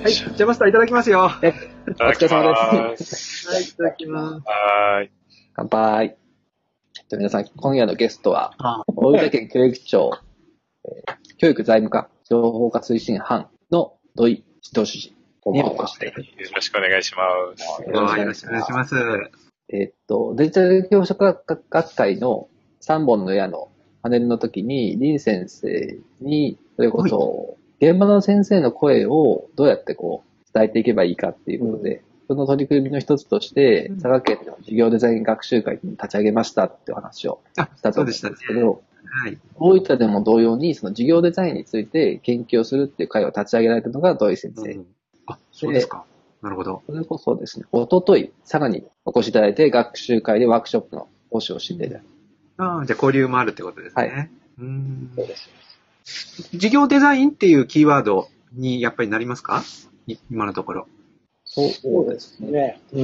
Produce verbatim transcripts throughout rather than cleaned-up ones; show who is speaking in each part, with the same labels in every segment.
Speaker 1: はい、じゃあマスターいただきますよ。
Speaker 2: え、お疲れ様です。
Speaker 1: はい、いただきます。
Speaker 3: はーい。
Speaker 2: 乾杯。じゃあ皆さん、今夜のゲストは、大分県教育庁、えー、教育財務課情報化推進班の土井指導主事にお越しで。
Speaker 3: よろしくお願いします。
Speaker 1: よろしくお願いします。
Speaker 2: えー、っと、デジタル教職学会のさんぼんの矢のパネルの時に、林先生に、それこそ、現場の先生の声をどうやってこう、伝えていけばいいかっていうことで、うん、その取り組みの一つとして、佐賀県の事業デザイン学習会に立ち上げましたっていう話をしたと思うんですけど、
Speaker 1: はい、
Speaker 2: 大分でも同様に、その事業デザインについて研究をするっていう会を立ち上げられたのが土井先生。うん、
Speaker 1: あ、そうですか。なるほど。
Speaker 2: それこそですね、おととい、佐賀にお越しいただいて、学習会でワークショップの講師をしていただいて。
Speaker 1: ああ、じゃあ交流もあるってことですね。
Speaker 2: はい。
Speaker 1: うーん、
Speaker 2: そうです。
Speaker 1: 事業デザインっていうキーワードにやっぱりなりますか？今のところ。
Speaker 4: そうですね。うん、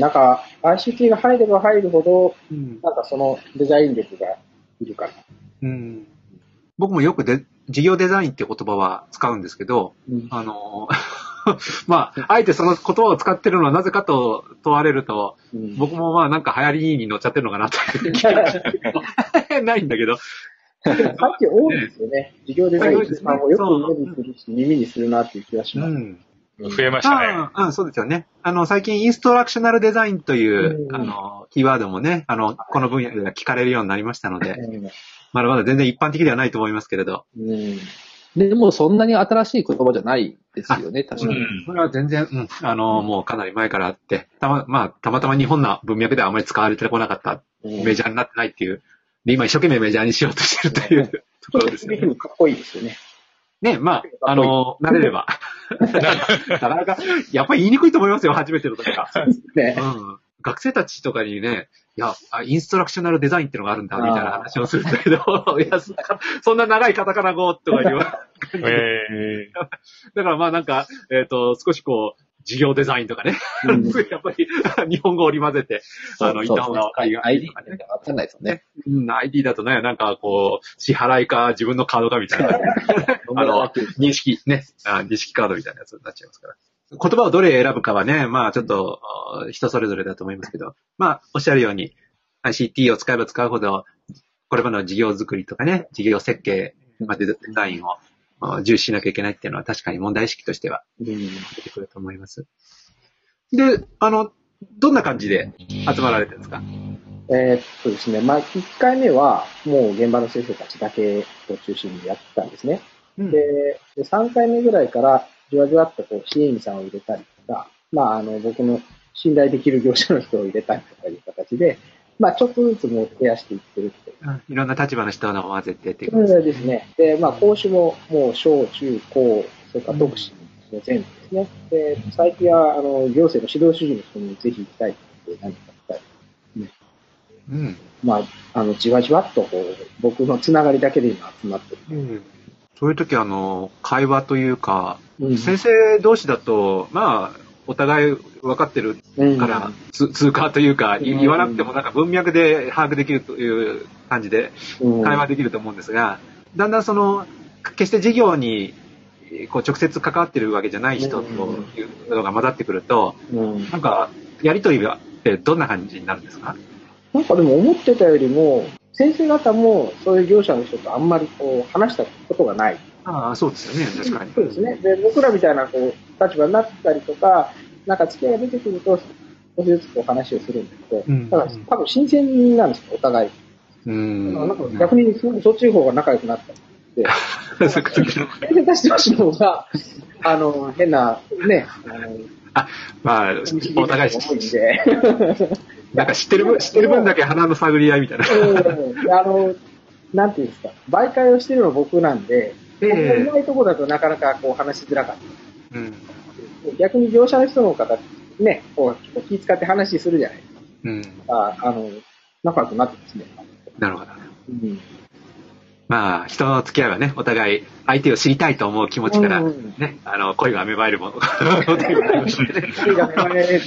Speaker 4: なんか アイシーティー が入れば入るほど、うん、なんかそのデザイン力がいるかな。
Speaker 1: うん、僕もよくで事業デザインっていう言葉は使うんですけど、うん、あのまああえてその言葉を使ってるのはなぜかと問われると、うん、僕もまあなんか流行りに乗っちゃってるのかなという気がないんだけど。
Speaker 4: さっき多いですよね。事業デザインって単語よく目にするし耳にするなっていう気がします。
Speaker 3: うん増えましたね。
Speaker 1: ああ、そうですよね。あの、最近インストラクショナルデザインという、うん、あの、キーワードもね、あの、この分野では聞かれるようになりましたので、うん、まだまだ全然一般的ではないと思いますけれど。
Speaker 2: うん、でもそんなに新しい言葉じゃないですよね、確かに。うん、
Speaker 1: それは全然、うん、あの、もうかなり前からあって、たま、まあ、たまたま日本の文脈ではあまり使われてこなかった、メジャーになってないっていう、で、今一生懸命メジャーにしようとしてるというところですね。
Speaker 4: かっこいいですよね。
Speaker 1: ね、まあ、あの、慣れれば。なかなか、やっぱり言いにくいと思いますよ、初めての時は。
Speaker 4: ね、
Speaker 1: うん。学生たちとかにね、いや、インストラクショナルデザインってのがあるんだ、みたいな話をするんだけど、いや、そんな長いカタカナ語とか言わない。えー、だからまあなんか、えっと、少しこう、事業デザインとかね、うん、やっぱり日本語を織り交ぜて、あの、いた方がいいが、
Speaker 2: アイディー ってわかんないですよね。
Speaker 1: うん、アイディー だとね、なんかこう、支払いか自分のカードかみたいな、あの、認識、ね、認識カードみたいなやつになっちゃいますから。言葉をどれ選ぶかはね、まあちょっと人それぞれだと思いますけど、まあおっしゃるように アイシーティー を使えば使うほど、これまでの事業作りとかね、事業設計までデザインを重視しなきゃいけないっていうのは確かに問題意識としては出てくると思います。で、あの、どんな感じで集まられてるんですか？
Speaker 4: えー、っとですね、まあいっかいめはもう現場の先生たちだけを中心にやってたんですね。うん、で、さんかいめぐらいからじわじわっとこう支援員さんを入れたりとか、まああの僕の信頼できる業者の人を入れたりとかいう形で、まあちょっとずつもう増やしていってるっていう。
Speaker 1: いろんな立場の人を混ぜてっていう
Speaker 4: ことですね。そうですね。で、まあ講師ももう小中高、それから特使の全部ですね。で、最近はあの行政の指導主事の人にぜひ行きたいって何か言ったり、ね。うん。まああのじわじわっとこう僕のつながりだけで今集まってる。うん。
Speaker 1: そういう時あの会話というか、うん、先生同士だとまあお互い分かってるから、うん、通過というか、うん、言わなくてもなんか文脈で把握できるという感じで会話できると思うんですが、うん、だんだんその決して事業にこう直接関わってるわけじゃない人というのが混ざってくると、うん、なんかやりとりはってどんな感じになるんですか？
Speaker 4: なんかでも思ってたよりも先生方もそういう業者の人とあんまりこう話したことがない。
Speaker 1: ああ、そうですよね、確かに。
Speaker 4: そうですね。で、僕らみたいなこう立場になったりとか、なんか付き合いが出てくると、少しずつこう話をするんだけど、うん、だから多分新鮮なんですよ、お互い。うん。なんか逆にそっちの方が仲良くなったりして、先生たち同士の方が、あの、変な、ね、あの、
Speaker 1: あ、まあ、お互い多いんで。なんか知ってる分、知ってる分だけ鼻の探り合いみたいな。
Speaker 4: うん、あの、なんていうんですか、媒介をしてるのは僕なんで、えー、僕がいないところだとなかなかこう話しづらかった。うん、逆に業者の人の方、ね、こう気遣って話するじゃないですか。うん、あ, あの仲良くなってますね。
Speaker 1: なるほど。うん、まあ、人の付き合いはね、お互い相手を知りたいと思う気持ちから、ね、うん、あの、恋が芽生えるもの。恋が芽生える。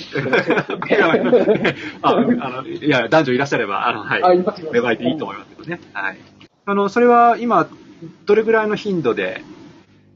Speaker 1: あの、いや、男女いらっしゃれば、あの、はい。芽生えていいと思いますけどね。はい。あの、それは今、どれぐらいの頻度で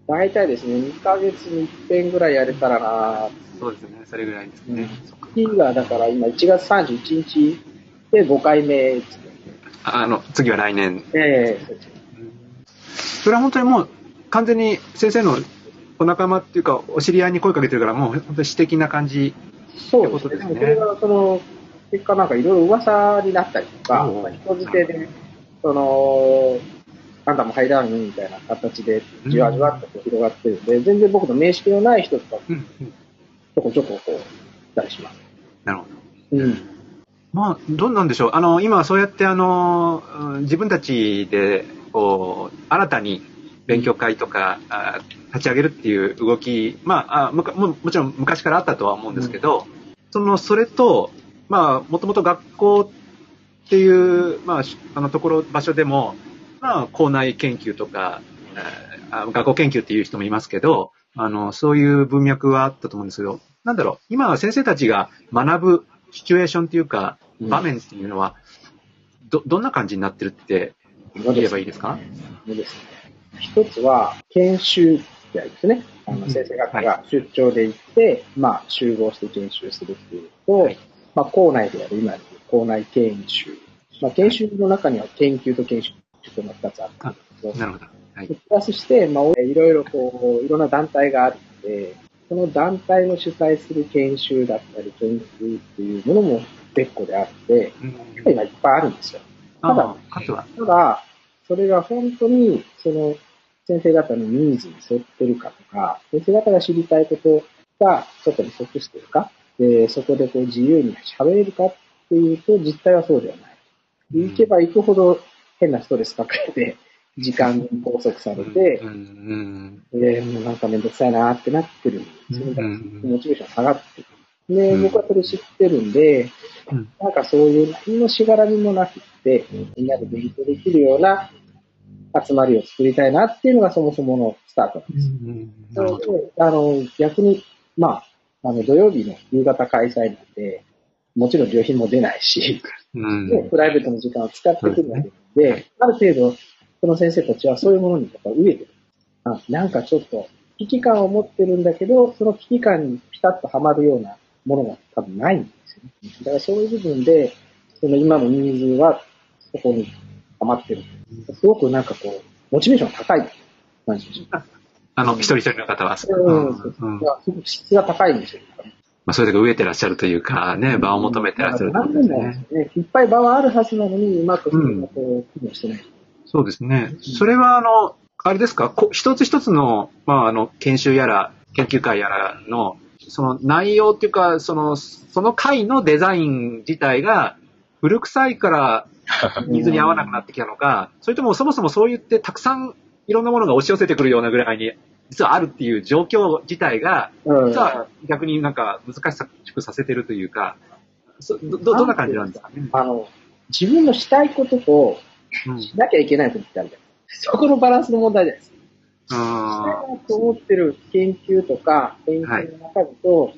Speaker 4: 大体ですね、にかげつにいっぺんぐらいやれたらな。
Speaker 1: そうですね、それぐらいですね。
Speaker 4: 次が、だから今いちがつさんじゅういちにちでごかいめですね。
Speaker 1: あの、次は来年。
Speaker 4: ええー、
Speaker 1: それは本当にもう、完全に先生のお仲間っていうか、お知り合いに声かけてるから、もう本当に私的な感じってことですね。
Speaker 4: そうですね。でもそれが、その、結果なんかいろいろ噂になったりとか、まあ、人づてで、その、あんたも入らんみたいな形で、じわじわっと広がってるんで、うん、全然僕の面識のない人とか、うんうん、ちょこちょここう、たりします。
Speaker 1: なるほど。うん。まあ、どうなんでしょう。あの、今はそうやってあの、自分たちで、こう、新たに勉強会とか、うん、あ立ち上げるっていう動き、まあ、あも、もちろん昔からあったとは思うんですけど、うん、その、それと、まあ、もともと学校っていう、まあ、あのところ、場所でも、まあ、校内研究とか、あ学校研究っていう人もいますけど、あの、そういう文脈はあったと思うんですけど、なんだろう、今は先生たちが学ぶシチュエーションっていうか、場面っていうのは、ど、どんな感じになってるって言えばいいですか？
Speaker 4: そうですね。一つは、研修ってありますね。あの、先生方が出張で行って、はい、まあ、集合して研修するっていうと、はい、まあ、校内でやる、今の校内研修。まあ、研修の中には研究と研修というのがふたつあるんですけど、
Speaker 1: なるほど。はい、
Speaker 4: プラスして、まあ、いろいろこう、いろんな団体があるので、その団体の主催する研修だったり、研究っていうものも別個であって、うん、今いっぱいあるんですよ。ただ、ただ、それが本当に、その、先生方のニーズに沿ってるかとか、先生方が知りたいことが外に即してるか、でそこでこう自由に喋れるかっていうと、実態はそうではない。行けば行くほど変なストレス抱えて、時間に拘束されて、うんうんうん、で、もうなんかめんどくさいなってなってるんですよ。モチベーション下がってる。で、僕はそれ知ってるんで、うん、なんかそういう何のしがらみもなくて、みんなで勉強できるような集まりを作りたいなっていうのがそもそものスタートなんです。うんうん、なるほど。あの、逆に、まあ、あの、土曜日の夕方開催なんで、もちろん旅費も出ないし、うん、でプライベートの時間を使ってくるので、で、ね、ある程度、その先生たちはそういうものにやっぱ飢えてる。あ、なんかちょっと危機感を持ってるんだけど、その危機感にピタッとはまるようなものが多分ないんですよね。だからそういう部分で、その今のニーズはそこにはまってる。すごくなんかこう、モチベーションが高い感じです。
Speaker 1: あの、一人一人の方は。
Speaker 4: うん。うん。すごく質が高いんですよ。
Speaker 1: まあ、それで飢えてらっしゃるというか、ね、場を求めてらっしゃるということですね。
Speaker 4: ね、いっぱい場はあるはずなのに、うまくそれがこう、機能してない。
Speaker 1: そうですね。それは、あの、あれですか、こ一つ一つの、まあ、あの、研修やら、研究会やらの、その内容っていうか、その、その会のデザイン自体が、古臭いからニーズに合わなくなってきたのか、それともそもそもそう言ってたくさんいろんなものが押し寄せてくるようなぐらいに、実はあるっていう状況自体が、実は逆になんか難しくさせてるというか、ど、どんな感じなんですかね。
Speaker 4: あの、自分のしたいことと、しなきゃいけないことってあるじゃないですか。そこのバランスの問題じゃないですか。したいなと思ってる研究とか、研究の中身と、はい、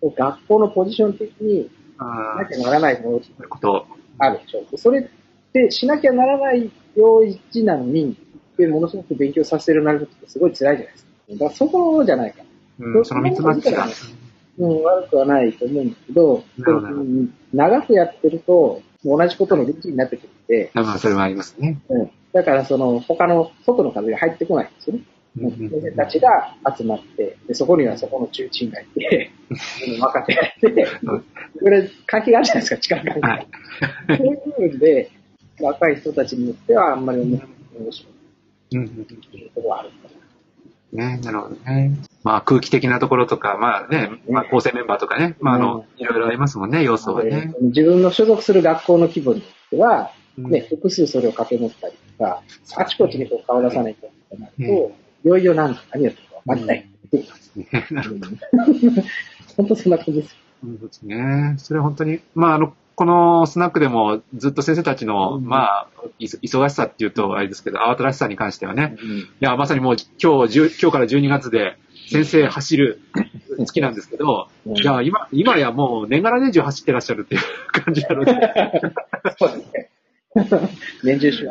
Speaker 4: 学校のポジション的にしなきゃならないものってあるでしょ。それってしなきゃならない用事なのに、ものすごく勉強させるようになるってすごい辛いじゃないですか。だからそこじゃないか。
Speaker 1: うん、その三つマッチが。
Speaker 4: うん、悪くはないと思うんですけど、長くやってると、同じことのルーティンになってくるんで。
Speaker 1: まあ、それもありますね。
Speaker 4: うん。だから、その、他の外の風が入ってこないんですよね。うん、先生たちが集まって、で、そこにはそこの中心がいて、任せられて、これ、関係があるじゃないですか、力関係。はい、そういう部分で、若い人たちによっては、あんまり面白い。うん。というところはあるかな。
Speaker 1: ね、なるほどね。まあ空気的なところとか、まあね、まあ構成メンバーとかね、まああの、いろいろありますもんね、要素はね。
Speaker 4: 自分の所属する学校の規模によっては、ね、複数それを掛け持ったりとか、あちこちにこう顔出さないとなると、いよいよなんか何やってるか分かんない。本当そんな感じです。
Speaker 1: そうですね。それは本当に、まああの、このスナックでもずっと先生たちの、うん、まあ、忙しさっていうとあれですけど、慌ただしさに関してはね、うん、いや、まさにもう今日、今日からじゅうにがつで先生走る月なんですけど、うん、いや、今、今やもう年がら年中走ってらっしゃるっていう感じなので。
Speaker 4: そうですね。年中手話。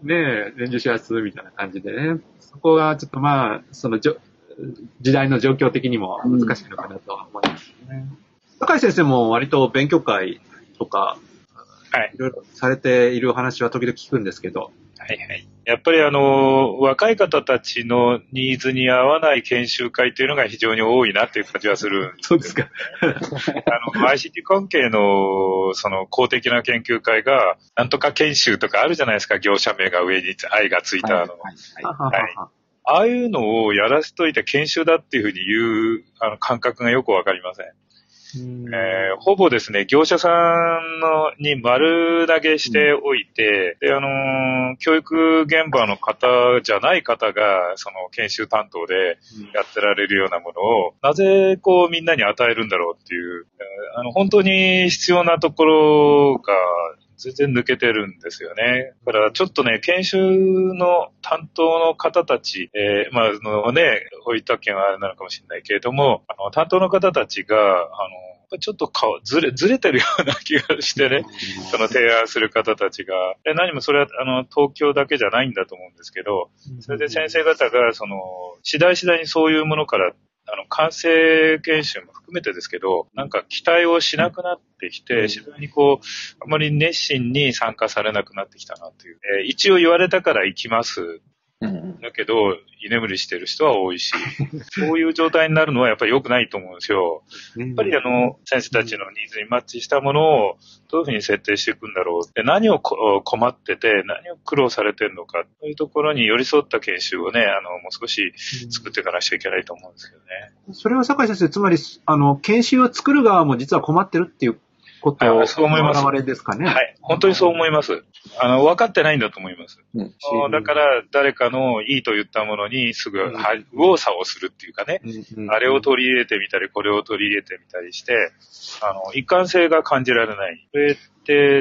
Speaker 1: ね、伝授しやすみたいな感じでね。そこがちょっとまあ、そのじょ、時代の状況的にも難しいのかなとは思いますね。坂井先生も割と勉強会とか、はい。いろいろされている話は時々聞くんですけど。
Speaker 3: はいはい。やっぱりあの、若い方たちのニーズに合わない研修会っていうのが非常に多いなっていう感じはするんです、
Speaker 1: そうですか。
Speaker 3: あの、アイシーティー 関係の、その公的な研究会が、なんとか研修とかあるじゃないですか、業者名が上に愛がついたの。はい。はいはいはい、ああいうのをやらせといて研修だっていうふうに言う、あの、感覚がよくわかりません。えー、ほぼですね、業者さんのに丸投げしておいて、うん、で、あのー、教育現場の方じゃない方が、その研修担当でやってられるようなものを、なぜこうみんなに与えるんだろうっていう、あの、本当に必要なところが、全然抜けてるんですよね。だからちょっとね、研修の担当の方たち、えー、まあ、あのね、大分県はあれなのかもしれないけれども、あの、担当の方たちが、あの、ちょっと顔、ずれ、ずれてるような気がしてね、その提案する方たちが、え何もそれは、あの、東京だけじゃないんだと思うんですけど、それで先生方が、その、次第次第にそういうものから、あの、完成研修も含めてですけど、なんか期待をしなくなってきて、次第にこう、あまり熱心に参加されなくなってきたなという。えー、一応言われたから行きます。だけど、居眠りしてる人は多いし、そういう状態になるのはやっぱり良くないと思うんですよ。やっぱりあの、先生たちのニーズにマッチしたものをどういうふうに設定していくんだろう。で、何を困ってて、何を苦労されてるのか、というところに寄り添った研修をね、あの、もう少し作っていかなきゃいけないと思うんですけどね。
Speaker 1: それは坂井先生、つまり、あの、研修を作る側も実は困ってるっていうことを、
Speaker 3: そう思います。
Speaker 1: 表れですかね。
Speaker 3: はい。本当にそう思います。あの、分かってないんだと思います。うん、だから、誰かのいいと言ったものにすぐ、うん、は右往左往するっていうかね、うんうん、あれを取り入れてみたり、これを取り入れてみたりして、あの、一貫性が感じられない。それって、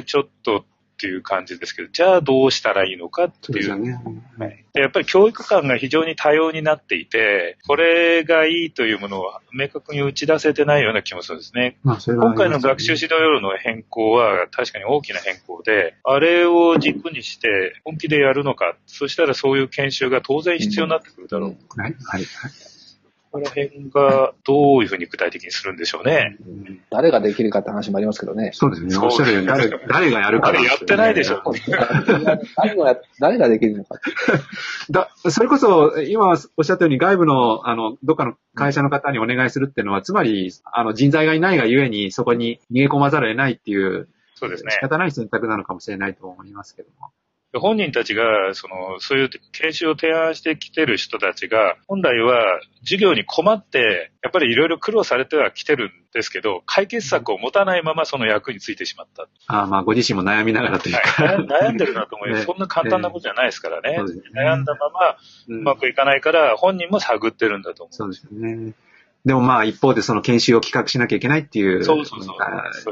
Speaker 3: ちょっと、っていう感じですけど、じゃあどうしたらいいのかっていう。ね、はい、やっぱり教育観が非常に多様になっていて、これがいいというものを明確に打ち出せてないような気もするんですね。まあ、それはありますね。今回の学習指導要領の変更は確かに大きな変更で、あれを軸にして本気でやるのか、そしたらそういう研修が当然必要になってくるだろう。うん、はい、はい。この辺がどういうふうに具体的にするんでしょうね。
Speaker 2: うん、誰ができるかって話もありますけどね。
Speaker 1: そうですね。おっしゃるように誰、誰がやるか、
Speaker 3: ね。あれやってないでしょ。
Speaker 2: 誰が、誰ができるのか
Speaker 1: だ。それこそ、今おっしゃったように外部の、あの、どっかの会社の方にお願いするっていうのは、つまり、あの、人材がいないがゆえに、そこに逃げ込まざるを得ないっていう、
Speaker 3: そうですね。
Speaker 1: 仕方ない選択なのかもしれないと思いますけども。
Speaker 3: 本人たちが、その、そういう研修を提案してきてる人たちが、本来は授業に困って、やっぱりいろいろ苦労されてはきてるんですけど、解決策を持たないままその役についてしまった。
Speaker 1: ああ、まあ、ご自身も悩みながらというか。
Speaker 3: はい、悩んでるなと思います。ね、そんな簡単なことじゃないですからね。ね悩んだまま、うまくいかないから、本人も探ってるんだと思う。
Speaker 1: そうですよね。でもまあ、一方でその研修を企画しなきゃいけないっていう、
Speaker 3: そうそうそう。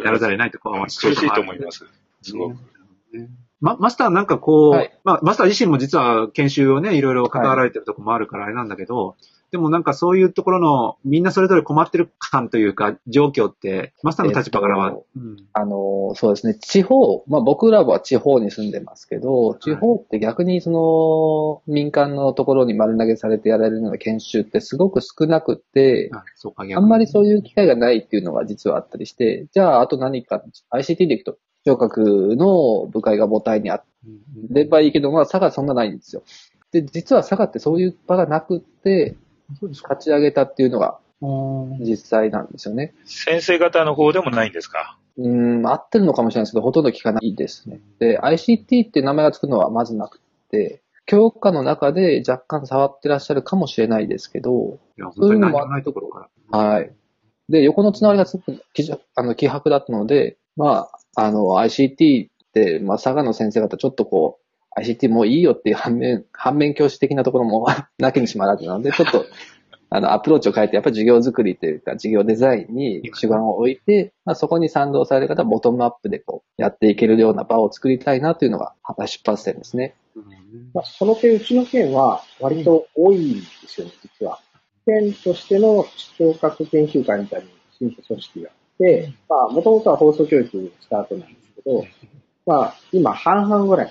Speaker 1: やらざるを得ないところは
Speaker 3: 苦しいと思います。すごく。
Speaker 1: ねま、マスターなんかこう、はい、まあ、マスター自身も実は研修をね、いろいろ関わられてるところもあるからあれなんだけど、はい、でもなんかそういうところの、みんなそれぞれ困ってる感というか、状況って、マスターの立場からは、えっと
Speaker 2: うん、あの、そうですね、地方、まあ僕らは地方に住んでますけど、地方って逆にその、民間のところに丸投げされてやられるような研修ってすごく少なくて、あ, そうかあんまりそういう機会がないっていうのが実はあったりして、じゃああと何か、アイシーティー でいくと、聴覚の部会が母体にあればいいけど、まあ、佐賀そんなないんですよ。で、実は佐賀ってそういう場がなくって、立ち上げたっていうのが実際なんですよね。
Speaker 3: 先生方の方でもないんですか？
Speaker 2: うーん、合ってるのかもしれないですけど、ほとんど聞かないですね。で、アイシーティー って名前がつくのはまずなくて、教科の中で若干触ってらっしゃるかもしれないですけど、
Speaker 1: いやそういうのもないところか
Speaker 2: ら。はい。で、横のつながりがすごくあの希薄だったので、まあ、あの、アイシーティー って、まあ、佐賀の先生方ちょっとこう、アイシーティー もういいよっていう反面、反面教師的なところもなきにしもあらずなので、ちょっと、あの、アプローチを変えて、やっぱり授業作りというか、授業デザインに主眼を置いて、まあ、そこに賛同される方はボトムアップでこう、やっていけるような場を作りたいなというのが、出発点ですね。
Speaker 4: まあ、その点、うちの県は割と多いんですよね、実は。県としての聴覚研修会みたいに新種組織が。で、まあ、もともとは放送教育スタートなんですけど、まあ、今半々ぐらいですね。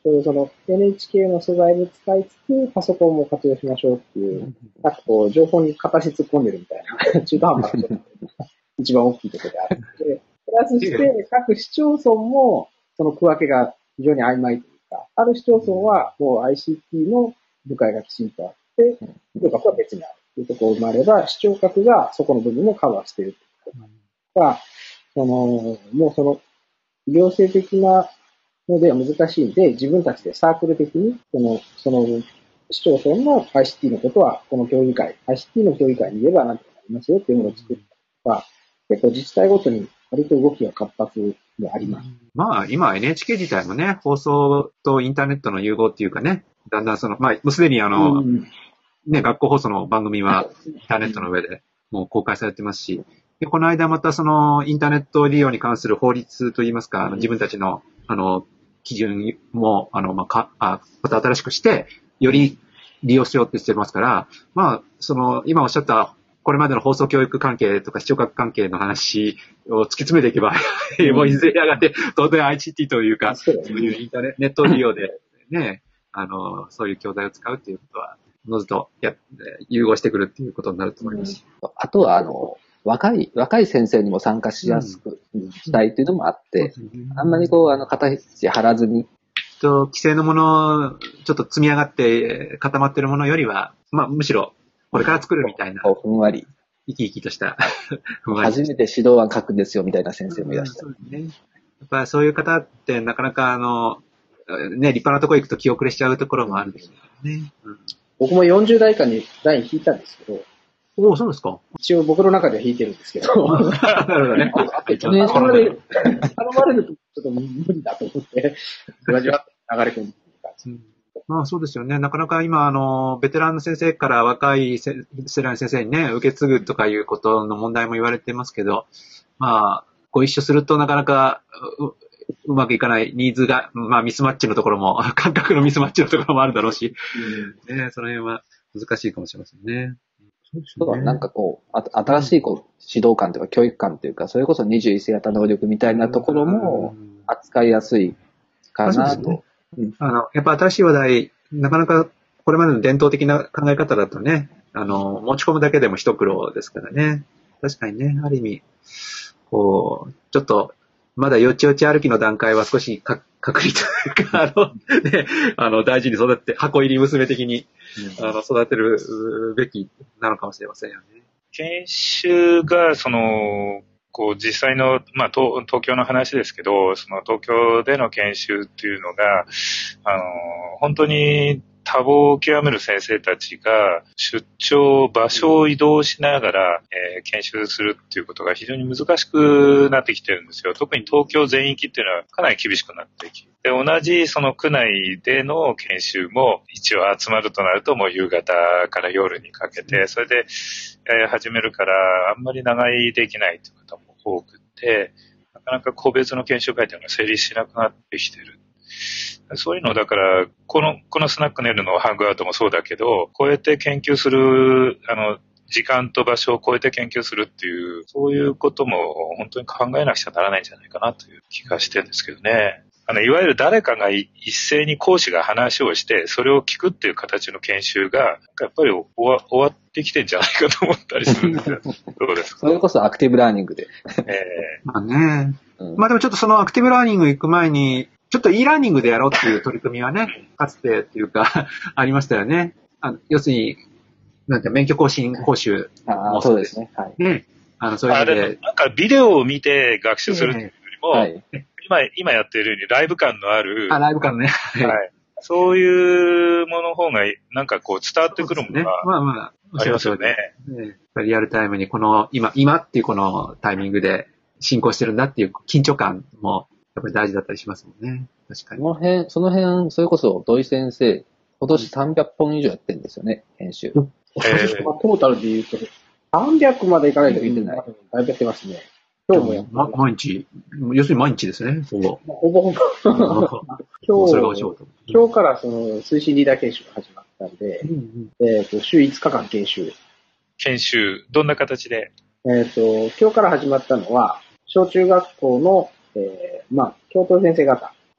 Speaker 4: その エヌエイチケー の素材も使いつつ、パソコンも活用しましょうっていう、なんかこう、情報に片足突っ込んでるみたいな、中途半端なところが一番大きいところであるので、プラスして各市町村も、その区分けが非常に曖昧というか、ある市町村はもう アイシーティー の部会がきちんとあって、市長閣は別にあるというところもあれば、市長閣がそこの部分もカバーしているということが、その、もうその、行政的なのでは難しいんで、自分たちでサークル的に、その、その、市町村の アイシーティー のことは、この協議会、アイシーティー の協議会に言えばなんとかなりますよっていうものを作ったりとか、結構自治体ごとに割と動きが活発であります。
Speaker 1: まあ、今 エヌエイチケー 自体もね、放送とインターネットの融合っていうかね、だんだんその、まあ、もうすでにあの、うん、ね、学校放送の番組はインターネットの上でもう公開されてますし、で、この間またそのインターネット利用に関する法律といいますか、あの自分たちのあの基準もあのまあかあまた新しくしてより利用しようってしてますから、まあその今おっしゃったこれまでの放送教育関係とか視聴覚関係の話を突き詰めていけば、うん、もういずれやがて当然 アイシーティー というか、そういうインターネネット利用でね、あのそういう教材を使うっていうことはおのずとや融合してくるっていうことになると思います。
Speaker 2: うん、あとはあの。若い、若い先生にも参加しやすくしたいというのもあって、うん、あんまりこう、あの、肩肘張らずに。
Speaker 1: と、規制のもの、ちょっと積み上がって固まっているものよりは、まあ、むしろ、これから作るみたいな。
Speaker 2: ふんわり。
Speaker 1: 生き生きとした。
Speaker 2: ふんわり初めて指導案書くんですよ、みたいな先生もいらっしゃる。
Speaker 1: うん、そうですね。やっぱそういう方って、なかなか、あの、ね、立派なとこ行くと気遅れしちゃうところもあるんですよね。うん、
Speaker 4: 僕もよんじゅう代以下にライン引いたんですけど、
Speaker 1: おお、そうですか。
Speaker 4: 一応僕の中では弾いてるんですけど。
Speaker 1: なるほどね。
Speaker 4: 頼まれる、頼まれるとちょっと無理だと思って、じわじわ流れ込んでくる感じ。うん、
Speaker 1: まあそうですよね。なかなか今、あの、ベテランの先生から若い世代の先生にね、受け継ぐとかいうことの問題も言われてますけど、まあ、ご一緒するとなかなかう、うまくいかないニーズが、まあミスマッチのところも、感覚のミスマッチのところもあるだろうし、うんね、その辺は難しいかもしれませんね。
Speaker 2: そうだ、なんかこう、あ新しいこう指導官というか教育官というか、それこそにじゅういっ世型能力みたいなところも扱いやすいかなと。
Speaker 1: うん、あの、やっぱ新しい話題、なかなかこれまでの伝統的な考え方だとね、あの、持ち込むだけでも一苦労ですからね。確かにね、ある意味、こう、ちょっと、まだよちよち歩きの段階は少しか確率というか、あの、ね、あの、大事に育って、箱入り娘的に、うん、あの、育てるべきなのかもしれませんよね。
Speaker 3: 研修が、その、こう、実際の、まあ、東、東京の話ですけど、その東京での研修っていうのが、あの、本当に多忙を極める先生たちが出張、場所を移動しながら、えー、研修するっていうことが非常に難しくなってきてるんですよ。特に東京全域っていうのはかなり厳しくなってきて、で、同じその区内での研修も一応集まるとなるともう夕方から夜にかけて、それで、えー、始めるからあんまり長居できないという方も多くて、なかなか個別の研修会というのが成立しなくなってきてる。そういうのだから、この、このスナックネルのハングアウトもそうだけど、超えて研究する、あの、時間と場所を超えて研究するっていう、そういうことも本当に考えなくちゃならないんじゃないかなという気がしてるんですけどね。あの、いわゆる誰かが一斉に講師が話をして、それを聞くっていう形の研修が、やっぱり終わ、終わってきてんじゃないかと思ったりするんですよ。どうですか？
Speaker 2: それこそアクティブラーニングで。
Speaker 1: ええー。まあね、うん。まあでもちょっとそのアクティブラーニング行く前に、ちょっと e ラーニングでやろうっていう取り組みはね、かつてっていうか、ありましたよね。あの要するに、なんて免許更新講習
Speaker 2: もそうですね。はい。
Speaker 1: ね。あの、そういう意味で。
Speaker 3: なんかビデオを見て学習するっていうよりも、はい、今、今やっているようにライブ感のある。
Speaker 1: あ、ライブ感ね。
Speaker 3: はい。そういうものの方が、なんかこう伝わってくるものが、ね、
Speaker 1: まあまあ、ありますよね。ね、リアルタイムにこの、今、今っていうこのタイミングで進行してるんだっていう緊張感も、やっぱり大事だったりしますもんね。確かに。
Speaker 2: その辺、その辺、それこそ土井先生、今年さんびゃっぽん以上やってるんですよね、編集。
Speaker 4: えー、トータルで言うと、さんびゃくまでいかないといけない。だいぶやってますね。今日もやってます。
Speaker 1: 毎日、要するに毎日ですね、ほぼ。
Speaker 4: ほぼほぼ。今日、
Speaker 1: それがお仕事。
Speaker 4: 今日からその推進リーダー研修が始まったんで、うんうん、えっと、週いつかかん研修。
Speaker 3: 研修、どんな形で？
Speaker 4: えっと、今日から始まったのは、小中学校の、えー、まあ、教頭先生方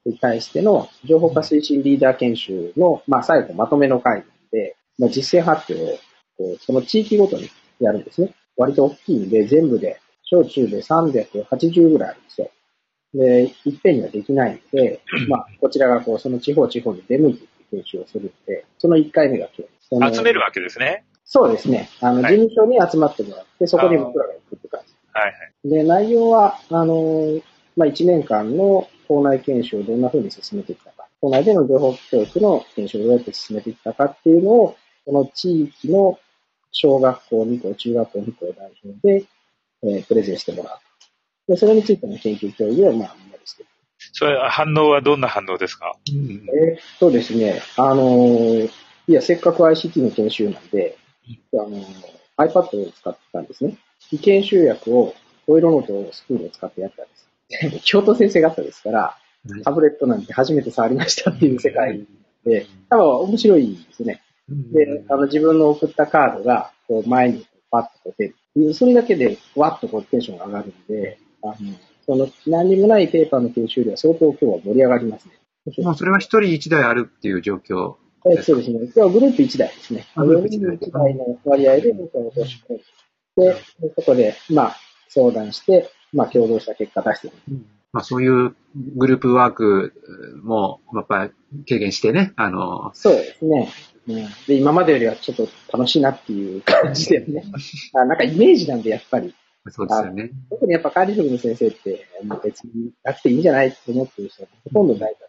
Speaker 4: に対しての情報化推進リーダー研修の、まあ、最後まとめの会で、まあ、実践発表をその地域ごとにやるんですね。割と大きいんで、全部で小中でさんびゃくはちじゅうぐらいあるんですよ。で、いっぺんにはできないので、まあ、こちらがこう、その地方地方に出向いて研修をするので、そのいっかいめが今日。
Speaker 3: 集めるわけですね。
Speaker 4: そうですね。あの、事務所に集まってもらって、そこに僕らが行くって感じ。
Speaker 3: はいはい。
Speaker 4: で、内容は、あの、まあ、いちねんかんの校内研修をどんな風に進めていったか、校内での情報教育の研修をどうやって進めていったかっていうのを、この地域の小学校に校、中学校に校代表で、えー、プレゼンしてもらう。で、それについての研究共有を、まあ、みんなでしていく。
Speaker 3: それ、反応はどんな反応ですか？
Speaker 4: うん、えー、っとですね、あのー、いや、せっかく アイシーティー の研修なんで、あのー、iPad を使ってたんですね。研修薬を、オイロノートをスプーンを使ってやったんです。京都先生方ですから、タブレットなんて初めて触りましたっていう世界で、多分面白いですね。で、あの自分の送ったカードが、こう前にパッとこう出る。それだけで、わっとこうテンションが上がるんで、あのその何にもないペーパーの研修では相当今日は盛り上がりますね。
Speaker 1: もうそれは一人一台あるっていう状況
Speaker 4: ですか？そうですね。今日はグループいちだいですね。グループいちだいの割合で僕は落とし込んで、で、そこで、まあ、相談して、まあ、共同した結果出してる。
Speaker 1: うん、まあ、そういうグループワークも、やっぱり経験してね、あの。
Speaker 4: そうですね。うん、で、今までよりはちょっと楽しいなっていう感じでね。あ、なんかイメージなんで、やっぱり。
Speaker 1: そうですよね。
Speaker 4: 特にやっぱ管理職の先生って、別になくていいんじゃないって思ってる人がほとんどないから、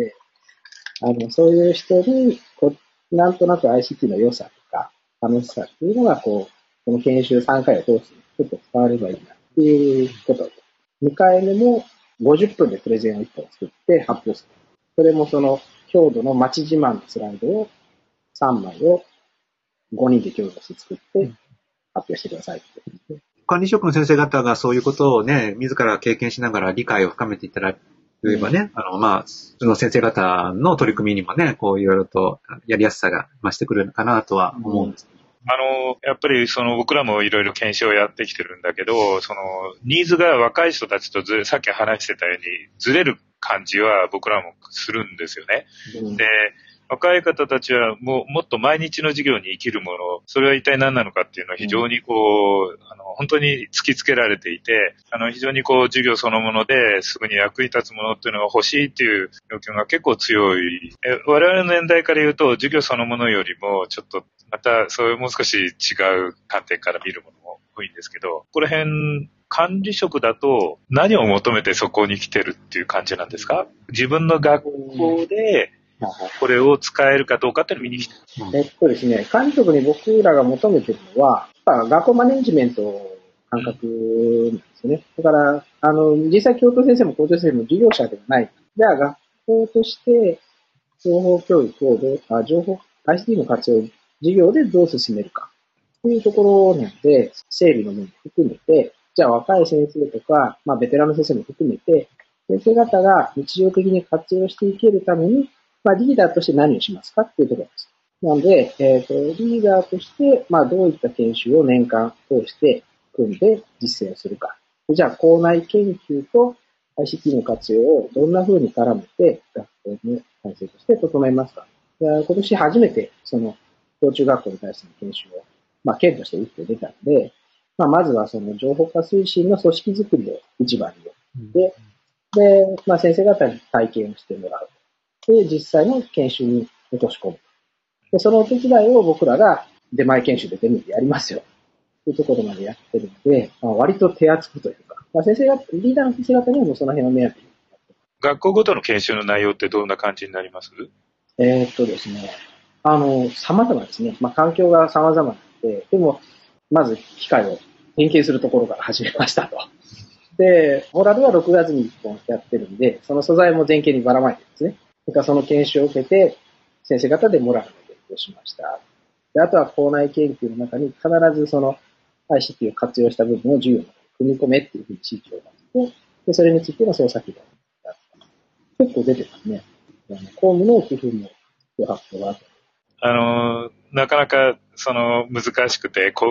Speaker 4: で、あの、そういう人に、こう、なんとなく アイシーティー の良さとか、楽しさっていうのが、こう、この研修さんかいを通すちょっと伝わればいいなっていうことで、にかいめもごじゅっぷんでプレゼンをいっぽん作って発表する。それもその、郷土の街自慢のスライドをさんまいをごにんで共同して作って発表してくださいって。
Speaker 1: 管理職の先生方がそういうことをね、自ら経験しながら理解を深めていったら、例えばね、うん、あの、まあ、その先生方の取り組みにもね、こういろいろとやりやすさが増してくるのかなとは思うんです。
Speaker 3: うん、あの、やっぱりその僕らもいろいろ検証をやってきてるんだけど、そのニーズが若い人たちとずさっき話してたようにずれる感じは僕らもするんですよね。うん、で、若い方たちはもうもっと毎日の授業に生きるもの、それは一体何なのかっていうのを非常にこう、あの、本当に突きつけられていて、あの、非常にこう、授業そのものですぐに役に立つものっていうのが欲しいっていう状況が結構強い。え我々の年代から言うと、授業そのものよりも、ちょっと、また、そういうもう少し違う観点から見るものも多いんですけど、この辺、管理職だと何を求めてそこに来てるっていう感じなんですか？自分の学校で、これを使えるかどうかっていうのを見に来て
Speaker 4: る。えっとですね、管理職に僕らが求めてるのは、学校マネジメント感覚なんですね。だから、あの、実際教頭先生も校長先生も事業者ではない。じゃあ学校として情報教育をどう、あ、情報、アイシーティー の活用、事業でどう進めるかというところなんで、整備の面も含めて、じゃあ若い先生とか、まあベテランの先生も含めて、先生方が日常的に活用していけるために、まあリーダーとして何をしますかっていうところです。なので、えっと、リーダーとして、まあどういった研修を年間通して組んで実践をするか。じゃあ校内研究と アイシーティー の活用をどんな風に絡めて学校の体制として整えますか。今年初めてその小中学校に対しての研修を、まあ県として打って出たので、まあまずはその情報化推進の組織づくりを一番にで、で、まあ先生方に体験をしてもらう。で、実際の研修に落とし込む。で、そのお手伝いを僕らが出前研修で出向いてやりますよ。というところまでやってるので、まあ、割と手厚くというか、まあ、先生が、リーダーの先生方にはもうその辺を目当てに。
Speaker 3: 学校ごとの研修の内容ってどんな感じになります？
Speaker 4: えー、っとですね、あの、様々ですね。まあ、環境が様々なので、でも、まず機械を変形するところから始めましたと。で、モラルはろくがつにいっぽんやってるんで、その素材も全県にばらまいてるんですね。それからその研修を受けて、先生方でモラルの勉強しました。で、あとは校内研究の中に必ずその アイシーティー を活用した部分を授業に組み込めっていうふうに指示を出して、で、それについての操作機能が結構出てますね。公務の工夫も発表があった。
Speaker 3: あの、なかなかその難しくて、こう、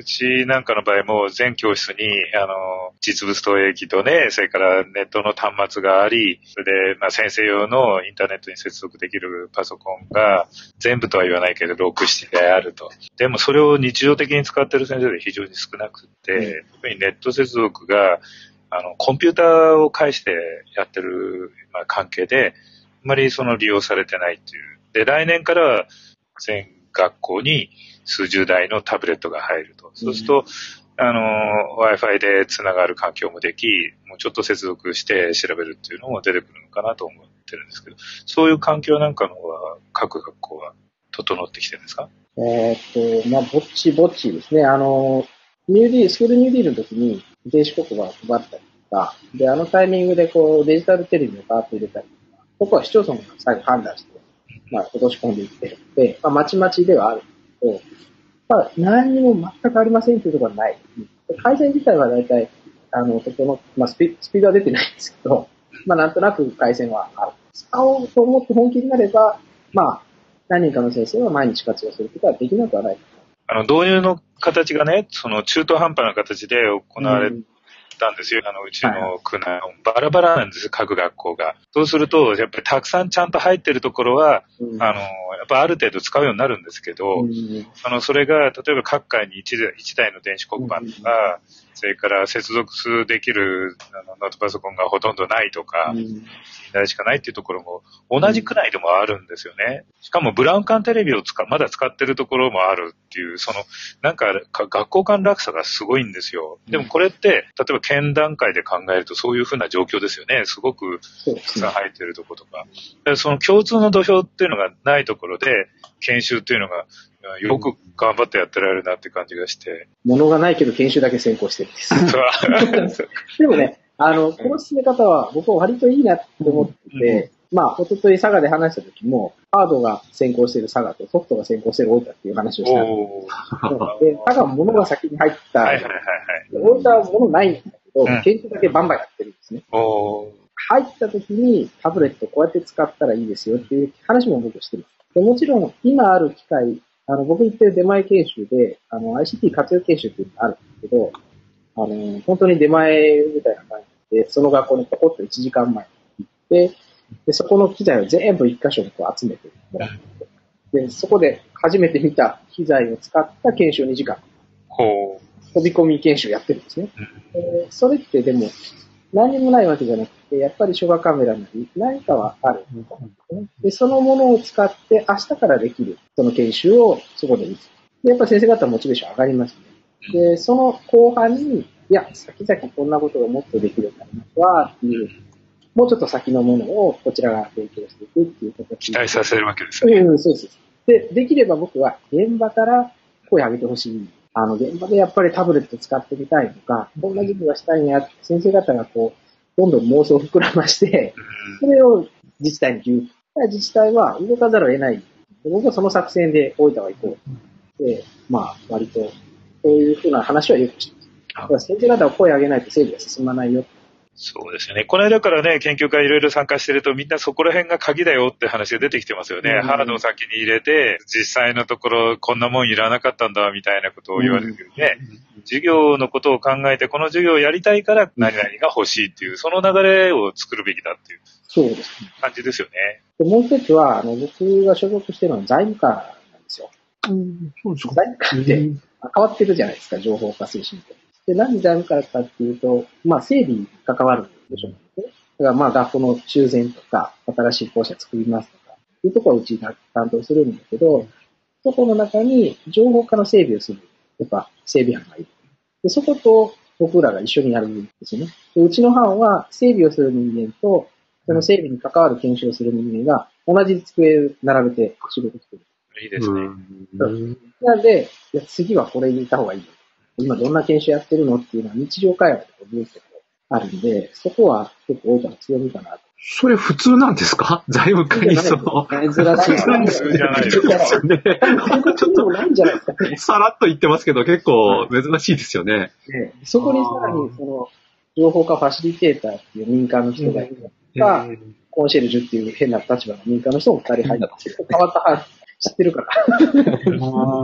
Speaker 3: うちなんかの場合も全教室に、あの、実物投影機とね、それからネットの端末があり、それで、まあ先生用のインターネットに接続できるパソコンが全部とは言わないけどろく、なな台あると。でもそれを日常的に使ってる先生で非常に少なくて、特にネット接続が、あの、コンピューターを介してやってる、まあ、関係で、あまりその利用されてないっていう。で、来年からは全学校に数十台のタブレットが入ると。そうすると、あの、Wi-Fi でつながる環境もでき、もうちょっと接続して調べるっていうのも出てくるのかなと思ってるんですけど、そういう環境なんかの方は各学校は整ってきてるんですか？
Speaker 4: えーっと、まあ、ぼっちぼっちですね。あの、ニューディール、スクールニューディールの時に電子黒板を配ったりとか、で、あのタイミングでこうデジタルテレビをパーッと入れたりとか、ここは市町村が最後判断して、まあ、落とし込んでいってるので、まあ、まちまちではあるんですけど、まあ、何にも全くありませんというところはない。回線自体は大体、あの、整の、まあスピ、スピードは出てないんですけど、まあ、なんとなく回線はある。使おうと思って本気になれば、まあ、何人かの先生は毎日活用することはできなくはない。
Speaker 3: あの、導入の形がね、その中途半端な形で行われたんですよ。うん、あの、うちの区内、はい、バラバラなんですよ、各学校が。そうすると、やっぱりたくさんちゃんと入ってるところは、うん、あの、やっぱある程度使うようになるんですけど、うん、あの、それが、例えば各階に 1, 1台の電子黒板とか、うん、それから接続できるあのノートパソコンがほとんどないとか、うん、台しかないっていうところも同じくらいでもあるんですよね。しかもブラウン管テレビを使まだ使ってるところもあるっていう、その、なんか学校間落差がすごいんですよ。でもこれって、例えば県段階で考えるとそういうふうな状況ですよね。すごくたくさん入ってるところとか。その共通の土俵っていうのがないところで、研修っていうのがよく頑張ってやってられるなって感じがして。
Speaker 4: 物がないけど研修だけ先行してるんです。でもね、あの、この進め方は僕は割といいなって思ってて、うん、まあ、おととい佐賀で話した時も、ハードが先行している佐賀とソフトが先行している大分っていう話をしたんですで、佐賀は物が先に入った、はいはいはいはい、大分は物ないんだけど、うん、研修だけバンバンやってるんですね。入った時にタブレットこうやって使ったらいいですよっていう話も僕してる。でもちろん、今ある機会、あの、僕言ってる出前研修で、あの、アイシーティー 活用研修っていうのがあるんですけど、あの、本当に出前みたいな感じで、その学校にポコッといちじかんまえに行って、で、そこの機材を全部一箇所にこう集めてもらって、で、そこで初めて見た機材を使った研修にじかん。
Speaker 3: ほう。
Speaker 4: 飛び込み研修やってるんですね。うん、それってでも、何もないわけじゃなくて、やっぱり小学カメラなり何かはある、ね。で、そのものを使って明日からできる、その研修をそこで見つで、やっぱり先生方のモチベーション上がりますね。で、その後半に、いや、先々こんなことがもっとできるようになりますわ、っていう、もうちょっと先のものをこちらが提供していくっていうこと。
Speaker 3: 期待させるわけですよね。
Speaker 4: うん、そうです。で、できれば僕は現場から声を上げてほしい。あの、現場でやっぱりタブレット使ってみたいとか、こんな授業がしたいなって、先生方がこう、どんどん妄想を膨らまして、それを自治体に言う。自治体は動かざるを得ない。僕はその作戦で大分は行こう。で、まあ、割と、そういうふうな話はよくしてます。先生方は声を上げないと整備が進まないよ。
Speaker 3: そうですよね。この間からね、研究会いろいろ参加してるとみんなそこら辺が鍵だよって話が出てきてますよね。うん、ハードを先に入れて、実際のところこんなもんいらなかったんだみたいなことを言われるけどね。うん、授業のことを考えて、この授業をやりたいから何々が欲しいっていう、その流れを作るべきだっていう。
Speaker 4: そうですね。
Speaker 3: 感じですよね。
Speaker 4: でもう一つは、あの、僕が所属しているのは財務課なんですよ。うん、そうですか。財務課って変わってるじゃないですか、情報化推進と。で、なんで財務課かっていうと、まあ、整備に関わるでしょうね。だからまあ、学校の修繕とか、新しい校舎作りますとか、いうところはうちが担当するんだけど、そこの中に情報化の整備をする、やっぱ整備班がいる。で、そこと僕らが一緒にやるんですよね。で、うちの班は整備をする人間と、その整備に関わる研修をする人間が同じ机並べて仕事してる。
Speaker 3: いいですね。
Speaker 4: なので、いや次はこれに行った方がいいよ。今どんな研修やってるのっていうのは日常会話とかずっとあるんで、そこは結構大分の強みかなと。
Speaker 1: それ普通なんですか？財務課にその。
Speaker 4: 珍しい。普
Speaker 3: 通じゃないですよね。
Speaker 4: ちょっとないんじゃないですかね。
Speaker 1: さらっと言ってますけど結構珍しいですよね。
Speaker 4: ねそこにさらにその情報化ファシリテーターっていう民間の人がいるとか、コンシェルジュっていう変な立場の民間の人も二人入って、変わった話知ってるから。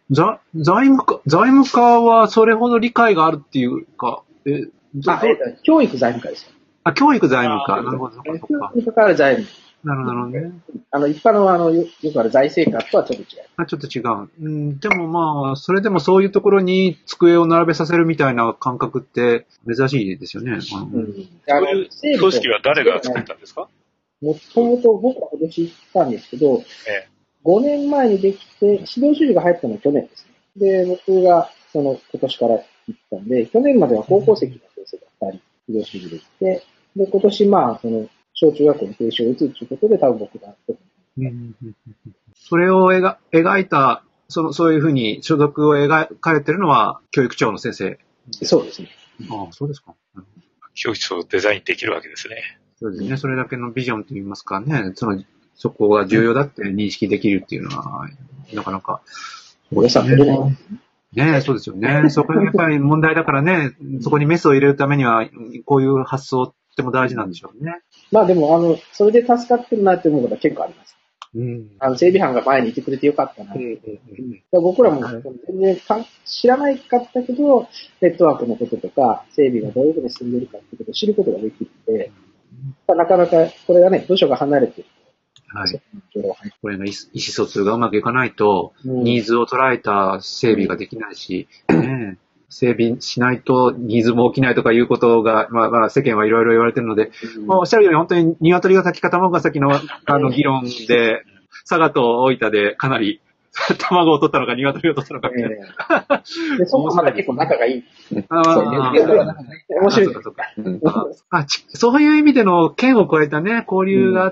Speaker 1: ざ財務課、財務課はそれほど理解があるっていうか、え、
Speaker 4: あ、え教育財務課ですよ。
Speaker 1: あ、教育財務課。なるほど、そっかそっか。
Speaker 4: 教育に関わる財務。
Speaker 1: なるほどね。
Speaker 4: あの、一般のあの、よくある財政課とはちょっと違う。
Speaker 1: あ、ちょっと違う。うん、でもまあ、それでもそういうところに机を並べさせるみたいな感覚って珍しいですよね。うん。
Speaker 3: そういう組織は誰が作ったんですか？
Speaker 4: もともと僕は今年行ったんですけど、ええ、ごねんまえにできて、指導主事が入ったのは去年ですね。で、僕がその今年から行ったんで、去年までは高校籍の先生がふたり指導主事できて、で、今年まあ、その、小中学校に定称を打つということで多分僕が、
Speaker 1: うん、それを描描いた、その、そういうふうに所属を描かれてるのは教育長の先生。
Speaker 4: そうですね。
Speaker 1: ああ、そうですか。
Speaker 3: 教育長をデザインできるわけですね。
Speaker 1: そうですね。それだけのビジョンといいますかね、その、そこが重要だって認識できるっていうのは、なかなか、
Speaker 4: 予算取れない。
Speaker 1: ねえ、そうですよね。そこがやっぱり問題だからね、そこにメスを入れるためには、こういう発想っても大事なんでしょうね。
Speaker 4: まあでも、あの、それで助かってるなって思うことは結構あります。うん。あの、整備班が前にいてくれてよかったな。うんうんうん、僕らも全然知らないかったけど、ネットワークのこととか、整備がどういうふうに進んでるかってことを知ることができるので、うん、なかなか、これがね、部署が離れてる。
Speaker 1: はい。これの意思疎通がうまくいかないと、うん、ニーズを捉えた整備ができないし、ね、整備しないとニーズも起きないとかいうことが、まあまあ世間はいろいろ言われてるので、うんまあ、おっしゃるように本当に鶏が先か卵が先のあの議論で、佐賀と大分でかなり卵を取ったのか鶏を取ったのかみたいな。
Speaker 4: えー、でそこまで結構仲がいい。
Speaker 1: ああ、面白い。あ、そういう意味での剣を加えたね、交流があって、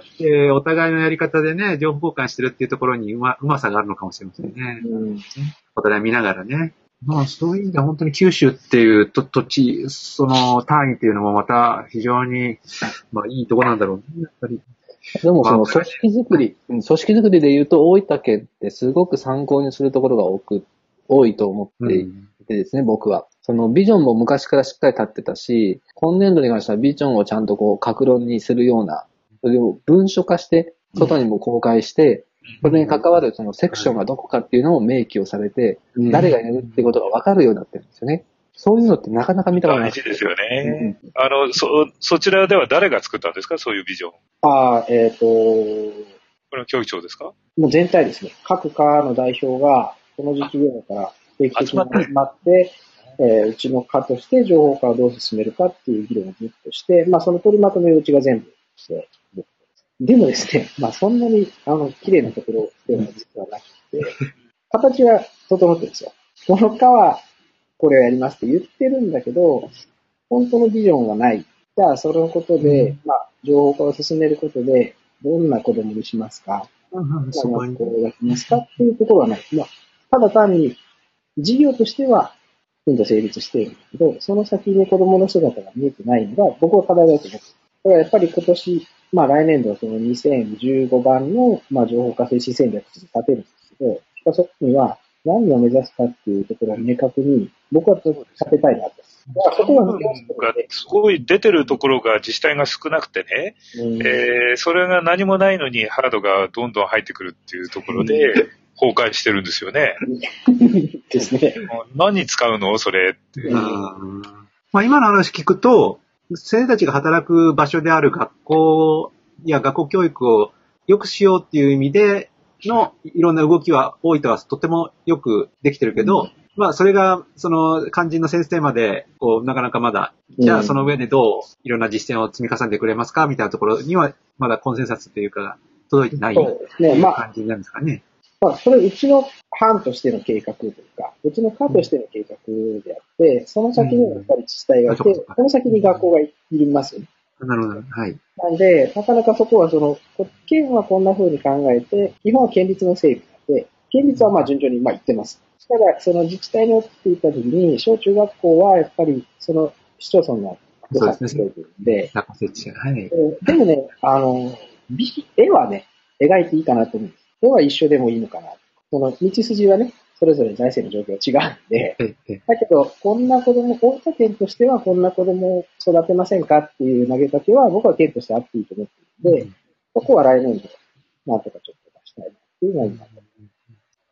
Speaker 1: うん、お互いのやり方でね、情報交換してるっていうところにうま、うまさがあるのかもしれませんね。うん、お互い見ながらね。まあ、そういう意味では本当に九州っていうと土地、その単位っていうのもまた非常に、まあいいとこなんだろうね、やっぱり。
Speaker 2: でもその組織づくり、組織づくりで言うと大分県ってすごく参考にするところが多く、多いと思っていてですね、うん、僕は。そのビジョンも昔からしっかり立ってたし、今年度に関してはビジョンをちゃんとこう、各論にするような、それを文書化して、外にも公開して、これに関わるそのセクションがどこかっていうのを明記をされて、誰がやるってことが分かるようになってるんですよね。そういうのってなかなか見たことない。
Speaker 3: 大事ですよね。うん、あの、そ、そちらでは誰が作ったんですか？そういうビジョン。
Speaker 4: ああ、えっ、ー、と
Speaker 3: これは教育長ですか？
Speaker 4: もう全体ですね。各課の代表が、この時期ぐらいから定期的に集まって、えー、うちの課として情報化をどう進めるかっていう議論をずっとして、まあその取りまとめをうちが全部して、でもですね、まあそんなに、あの、綺麗なところでは実はなくて、形は整ってるんですよ。この課は、これをやりますって言ってるんだけど、本当のビジョンがない。じゃあ、そのことで、うん、まあ、情報化を進めることで、どんな子供にしますか、どんな学校をやりますかっていうところはない。まあ、ただ単に、事業としては、きちんと成立しているんだけど、その先に子供の姿が見えてないのが、僕は課題だと思って。だからやっぱり今年、まあ来年度はそのにせんじゅうごばんの、まあ、情報化推進戦略として立てるんですけど、そこには何を目指すかっていうところを明確に僕は立てたいなと。だからそこは
Speaker 3: すごい出てるところが自治体が少なくてね、うんえー、それが何もないのにハードがどんどん入ってくるっていうところで崩壊してるんですよね。
Speaker 4: ですね。
Speaker 3: 何に使うのそれって。うん
Speaker 1: まあ、今の話聞くと、先生たちが働く場所である学校や学校教育を良くしようっていう意味でのいろんな動きは多いとはとてもよくできてるけど、うん、まあそれがその肝心の先生までこうなかなかまだ、じゃあその上でどういろんな実践を積み重ねてくれますかみたいなところにはまだコンセンサスというか届いてない感じなんですかね。
Speaker 4: まあ、それうちの班としての計画というか、うちの課としての計画であって、その先にやっぱり自治体がいて、うん、その先に学校がいりますよね。
Speaker 1: なるほど。はい。
Speaker 4: なんで、なかなかそこはその、県はこんな風に考えて、基本は県立の整備なので、県立はまあ順調にまあ言ってます。ただ、その自治体によって言ったときに、小中学校はやっぱりその市町村の予算が増えてるんで、
Speaker 1: はい。
Speaker 4: でもね、あの、絵はね、描いていいかなと思うんです。絵は一緒でもいいのかな。その道筋はね、それぞれ財政の状況が違うんで、だけど、こんな子供、大分県としてはこんな子供を育てませんかっていう投げかけは、僕は県としてあっていいと思っているので、そこは来年度、なんとかちょっと出したいなっていうのは今、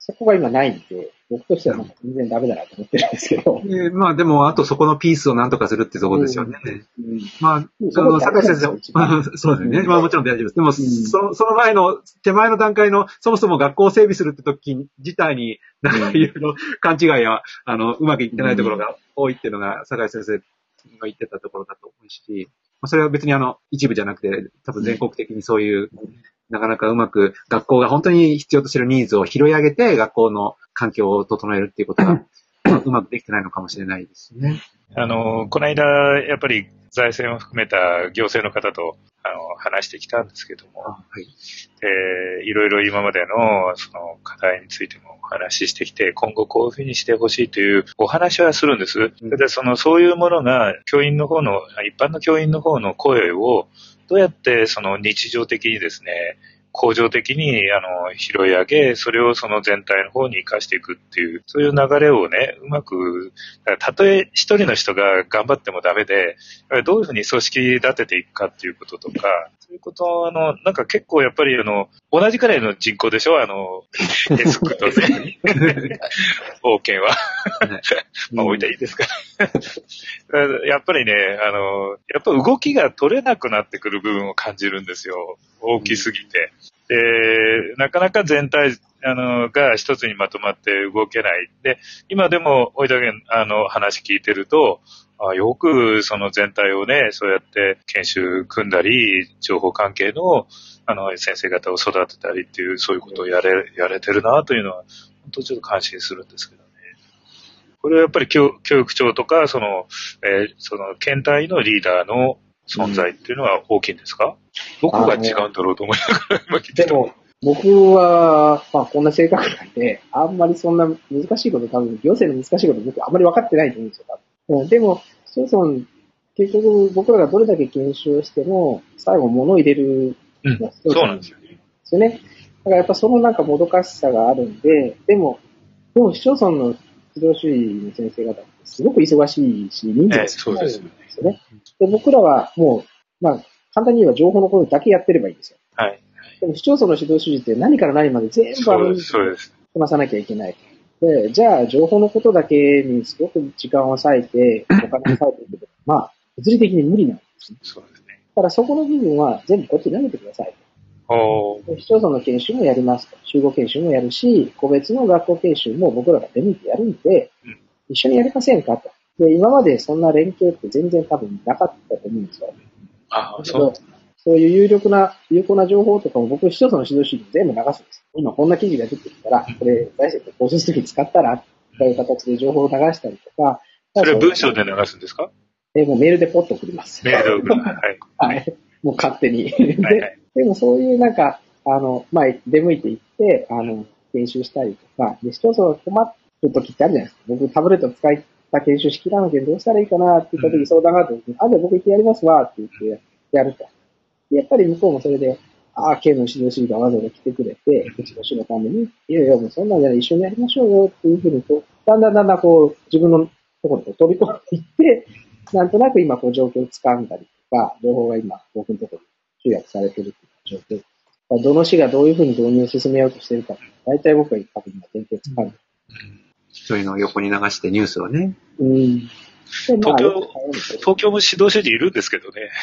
Speaker 4: そこが今ないんで、僕としてはなんか全然ダメだなと思ってるんですけど。
Speaker 1: えー、まあでも、あとそこのピースをなんとかするってところですよね。うんうん、まあ、その、坂井先生、そうですね。まあもちろん大丈夫です。でも、うん、その、その前の、手前の段階の、そもそも学校を整備するって時自体に、なんかいろいろ勘違いや、あの、うまくいってないところが多いっていうのが、坂井先生が言ってたところだと思うし、まあ、それは別にあの、一部じゃなくて、多分全国的にそういう、なかなかうまく学校が本当に必要としているニーズを拾い上げて、学校の環境を整えるっていうことがうまくできてないのかもしれないですね。
Speaker 3: あの、この間、やっぱり財政も含めた行政の方とあの話してきたんですけども、はい、でいろいろ今までのその課題についてもお話ししてきて、今後こういうふうにしてほしいというお話はするんです。うん、でそのそういうものが教員の方の、一般の教員の方の声をどうやってその日常的にですね、恒常的にあの拾い上げ、それをその全体の方に生かしていくっていう、そういう流れをね、うまく、たとえ一人の人が頑張ってもダメで、どういうふうに組織立てていくかっていうこととか、そういうことをあの、なんか結構やっぱりあの、同じくらいの人口でしょ、あの、エスクとね、王権は。まあ置いていいですか。やっぱりね、あの、やっぱ動きが取れなくなってくる部分を感じるんですよ。大きすぎて。で、なかなか全体、あの、が一つにまとまって動けない。で、今でも、おいだけ、あの、話聞いてると、あよくその全体をね、そうやって研修組んだり、情報関係の、あの、先生方を育てたりっていう、そういうことをやれ、やれてるなというのは、本当ちょっと感心するんですけどね。これはやっぱり教、教育長とか、その、えー、その、県体のリーダーの存在っていうのは大きいんですか？どこが違うんだろうと思いながら今聞いてた。
Speaker 4: でも、僕は、まあこんな性格なんで、あんまりそんな難しいこと多分、行政の難しいこと僕あんまり分かってないと思うんですよ。うん、でも、市町村、結局僕らがどれだけ研修をしても、最後物を入れる
Speaker 3: のは市町村なんですよね。
Speaker 4: ですよね。だからやっぱそのなんかもどかしさがあるんで、でも、でも市町村の指導主義の先生方ってすごく忙しいし、人数が少ないんですよね。で僕らはもう、まあ、簡単に言えば情報のことだけやってればいいんですよ。
Speaker 3: はい。
Speaker 4: でも市町村の指導主義って何から何まで全部あのこなさなきゃいけない。で、じゃあ情報のことだけにすごく時間を割いて、お金を割いていくと、まあ、物理的に無理なんですね。
Speaker 3: そうですね。
Speaker 4: だからそこの部分は全部こっちに投げてください。
Speaker 3: お
Speaker 4: 市町村の研修もやりますと。集合研修もやるし、個別の学校研修も僕らが出向いてやるんで、うん、一緒にやりませんかと。で、今までそんな連携って全然多分なかったと思うんですよ。
Speaker 3: ああ、そう。
Speaker 4: そういう有力な、有効な情報とかも僕、市町村の指導主義に全部流すんです。今こんな記事が出てきたら、これ、財政と講習するとき使ったら、という形で情報を流したりとか。
Speaker 3: それは文章で流すんですか？
Speaker 4: え、もうメールでポッと送ります。
Speaker 3: メールで送る。はい。
Speaker 4: はい。もう勝手に。で、はいはい、でもそういうなんか、あの、まあ、出向いていって、あの、研修したりとか、で、市町村が困るときってあるじゃないですか。僕、タブレット使った研修しきらなきゃどうしたらいいかなって言ったとき相談があったときに、あ、じゃあ僕行ってやりますわって言ってやると。やっぱり向こうもそれで、ああ、県の指導主義がわざわざ来てくれて、うちの市のために、いやいや、もうそんなんじゃない、一緒にやりましょうよっていうふうに、こう、だんだんだんだんこう、自分のところに飛び込んでいって、なんとなく今こう状況を掴んだりとか、情報が今僕のところに集約されているという状況。どの市がどういうふうに導入を進めようとしているか、大体僕は多分今典型掴んでる。
Speaker 1: そういうのを横に流してニュースをね。
Speaker 4: うん。
Speaker 3: 東京、東京も指導主義いるんですけどね。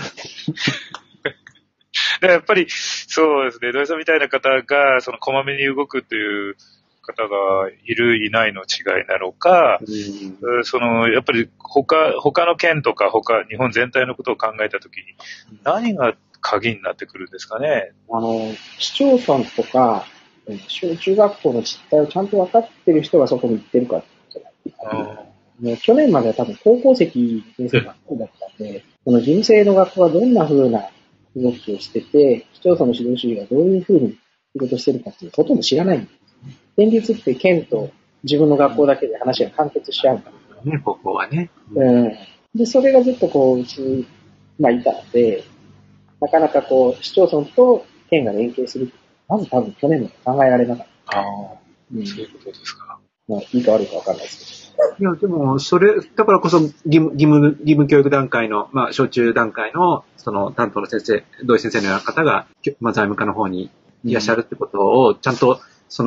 Speaker 3: やっぱり、そうですね、土井さんみたいな方が、その、こまめに動くという方がいる、いないの違いなのか、うん、その、やっぱり、他、他の県とか、他、日本全体のことを考えたときに、何が鍵になってくるんですかね。
Speaker 4: あの、市町村とか、小中学校の実態をちゃんと分かってる人がそこに行ってるかじゃないですか。ね、去年までは多分高校籍先生ばっかりだったんで、この義務制の学校はどんな風な動きをしてて、市町村の指導主義がどういう風に仕事してるかっていうのほとんど知らないんですね。現実って県と自分の学校だけで話が完結しちゃうんだ
Speaker 1: ね、ここはね。
Speaker 4: うん。で、それがずっとこう、うちに、まあいたので、なかなかこう、市町村と県が連携する。まず多分去年の考えられなかった。
Speaker 3: ああ、うん、そういうことですか。
Speaker 4: まあ、いいか悪いか分かんないですけ
Speaker 1: ど。いや、でも、それ、だからこそ、義務、義務、義務教育段階の、まあ、小中段階の、その、担当の先生、土井先生のような方が、まあ、財務課の方にいらっしゃるってことを、ちゃんと、その、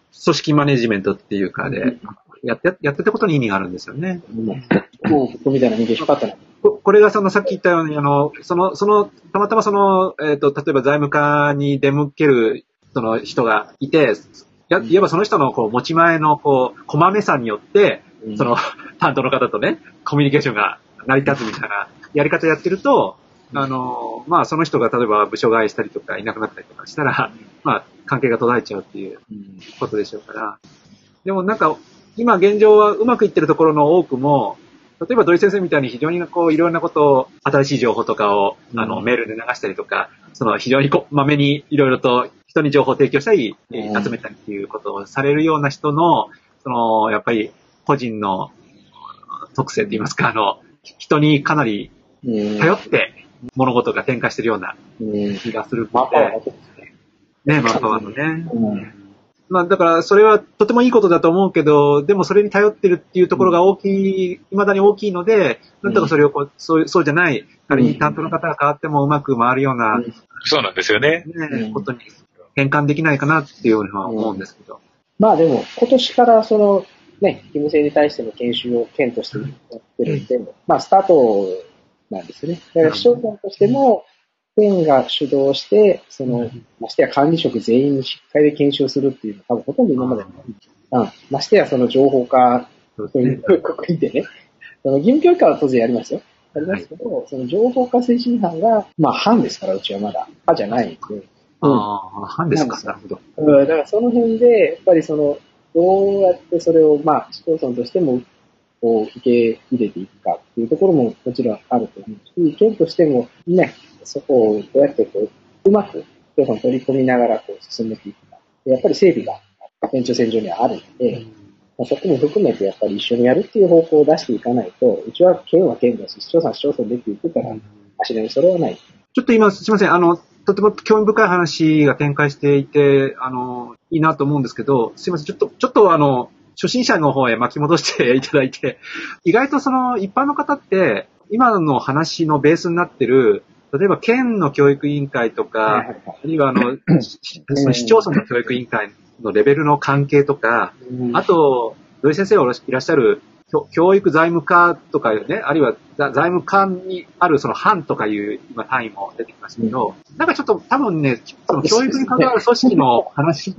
Speaker 1: 織マネジメントっていうかで、やって、やってたことに意味があるんですよね。
Speaker 4: もう、僕みたいな人間しかったな。
Speaker 1: こ, これがそのさっき言ったように、あの、その、その、たまたまその、えっ、ー、と、例えば財務課に出向ける、その人がいて、や、いわばその人のこう持ち前のこう、こまめさによって、その、担当の方とね、コミュニケーションが成り立つみたいなやり方やってると、あの、まあ、その人が例えば部署替えしたりとかいなくなったりとかしたら、まあ、関係が途絶えちゃうっていうことでしょうから。でもなんか、今現状はうまくいってるところの多くも、例えば土井先生みたいに非常にこういろんなことを、新しい情報とかを、あの、メールで流したりとか、その非常にこう、まめにいろいろと人に情報を提供したり、集めたりっていうことをされるような人の、その、やっぱり個人の特性って言いますか、あの、人にかなり頼って物事が展開してるような気がするので、ね、マンパワーのね。まあだからそれはとてもいいことだと思うけど、でもそれに頼ってるっていうところが大きい、未だに大きいので、なんとかそれをこう、そう、そうじゃない、仮に担当の方が変わってもうまく回るような、
Speaker 3: そうなんですよね。
Speaker 1: ね、ことに変換できないかなっていうのは思うんですけど。
Speaker 4: まあでも今年からそのね、義務制に対しての研修を県としてやってるんで、まあスタートなんですよね。だから市町村としても、県が主導して、その、ましてや管理職全員にしっかり研修するっていうのは多分ほとんど今までない。うん。ましてやその情報化というくくりでね、その義務教育からは当然やりますよ。やりますけど、はい、その情報化推進班が、まあ班ですから、うちはまだ。班じゃないんで。
Speaker 1: ああ、班ですか。なるほど。
Speaker 4: うん。だからその辺で、やっぱりその、どうやってそれを、まあ、市町村としても、こう、受け入れていくかっていうところももちろんあると思うし、県としてもね、そこをどうやってこう、うまく、市町村取り込みながらこう進めていくか。やっぱり整備が延長線上にはあるので、うんまあ、そこも含めてやっぱり一緒にやるっていう方向を出していかないと、うちは県は県だし、市町村は市町村でって言ってたら、足並みそれはない。
Speaker 1: ちょっと今、すいません、あの、とても興味深い話が展開していて、あの、いいなと思うんですけど、すいません、ちょっと、ちょっとあの、初心者の方へ巻き戻していただいて、意外とその一般の方って、今の話のベースになってる、例えば県の教育委員会とか、あるいはあの、その市町村の教育委員会のレベルの関係とか、あと、土井先生がいらっしゃる教育財務課とかね、あるいは財務課にあるその班とかいう今単位も出てきましたけど、なんかちょっと多分ね、その教育に関わる組織の話って、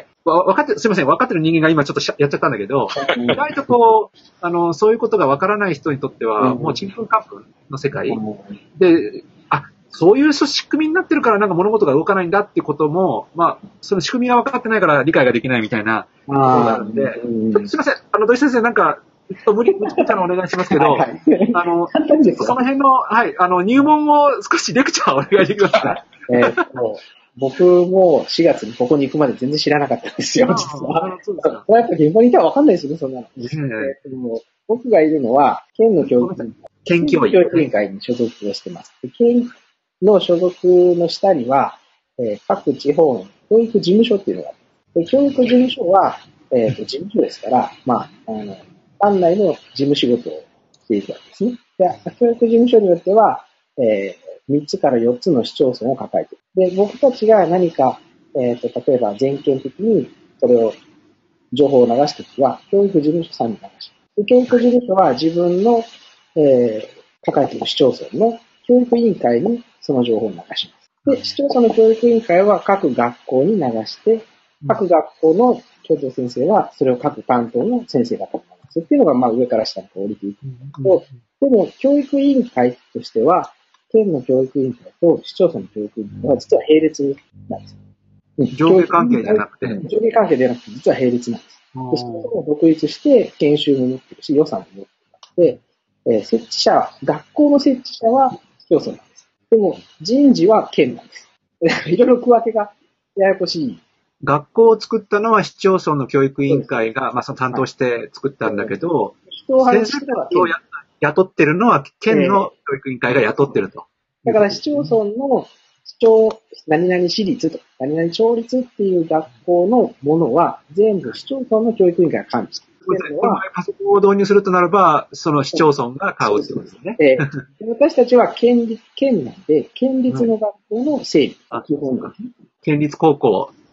Speaker 1: わかって、すいません、分かってる人間が今ちょっとやっちゃったんだけど、意外とこう、あの、そういうことが分からない人にとっては、もうちんぷんかんぷんの世界で、あ、そういう仕組みになってるからなんか物事が動かないんだっていうことも、まあ、その仕組みが分かってないから理解ができないみたいなことがあるんで、すいません、あの、土井先生なんか、無理、無理ちゃんお願いしますけど、はいはい、あの、その辺の、はい、あの、入門を少しレクチャーお願いできますか？
Speaker 4: えー、僕もしがつにここに行くまで全然知らなかったんですよ、実は。そうですか。やっぱ現場にいたらわかんないですよね、そんなの。えー、でも僕がいるのは、県の教育委員会。
Speaker 1: 県教育。
Speaker 4: 教育委員会に所属をしてます。県の所属の下には、えー、各地方の教育事務所っていうのがある。教育事務所は、えーと、事務所ですから、まあ、あの、管内の事務仕事をしていくわけですね。で、教育事務所によっては、えー、みっつからよっつの市町村を抱えている。で、僕たちが何か、えっと、例えば全県的にそれを、情報を流すときは、教育事務所さんに流します。教育事務所は自分の、えー、抱えている市町村の教育委員会にその情報を流します。で、市町村の教育委員会は各学校に流して、各学校の教頭先生はそれを各担当の先生方に流すっていうのが、まあ上から下に降りていくんだけど、でも教育委員会としては、県の教育委員会と市町村の教育委員会は実は並列なんです。
Speaker 1: 上下関係じゃなくて。
Speaker 4: 上下関係ではなくて、実は並列なんです。で、市町村も独立して研修も持ってるし、予算も持ってるので、えー、設置者は、学校の設置者は市町村なんです。でも人事は県なんです。いろいろ区分けがややこしい。
Speaker 1: 学校を作ったのは市町村の教育委員会が、まあ、その担当して作ったんだけど、はい、先生を雇ってるのは県の教育委員会が雇ってると。
Speaker 4: だから市町村の市町、何々市立とか、何々町立っていう学校のものは全部市町村の教育委員会が管理している。
Speaker 1: パソコンを導入するとならば、その市町村が買うってことですね。
Speaker 4: えー、私たちは県立、県内で、県立の学校の整備、基本的に。
Speaker 1: 県立高校。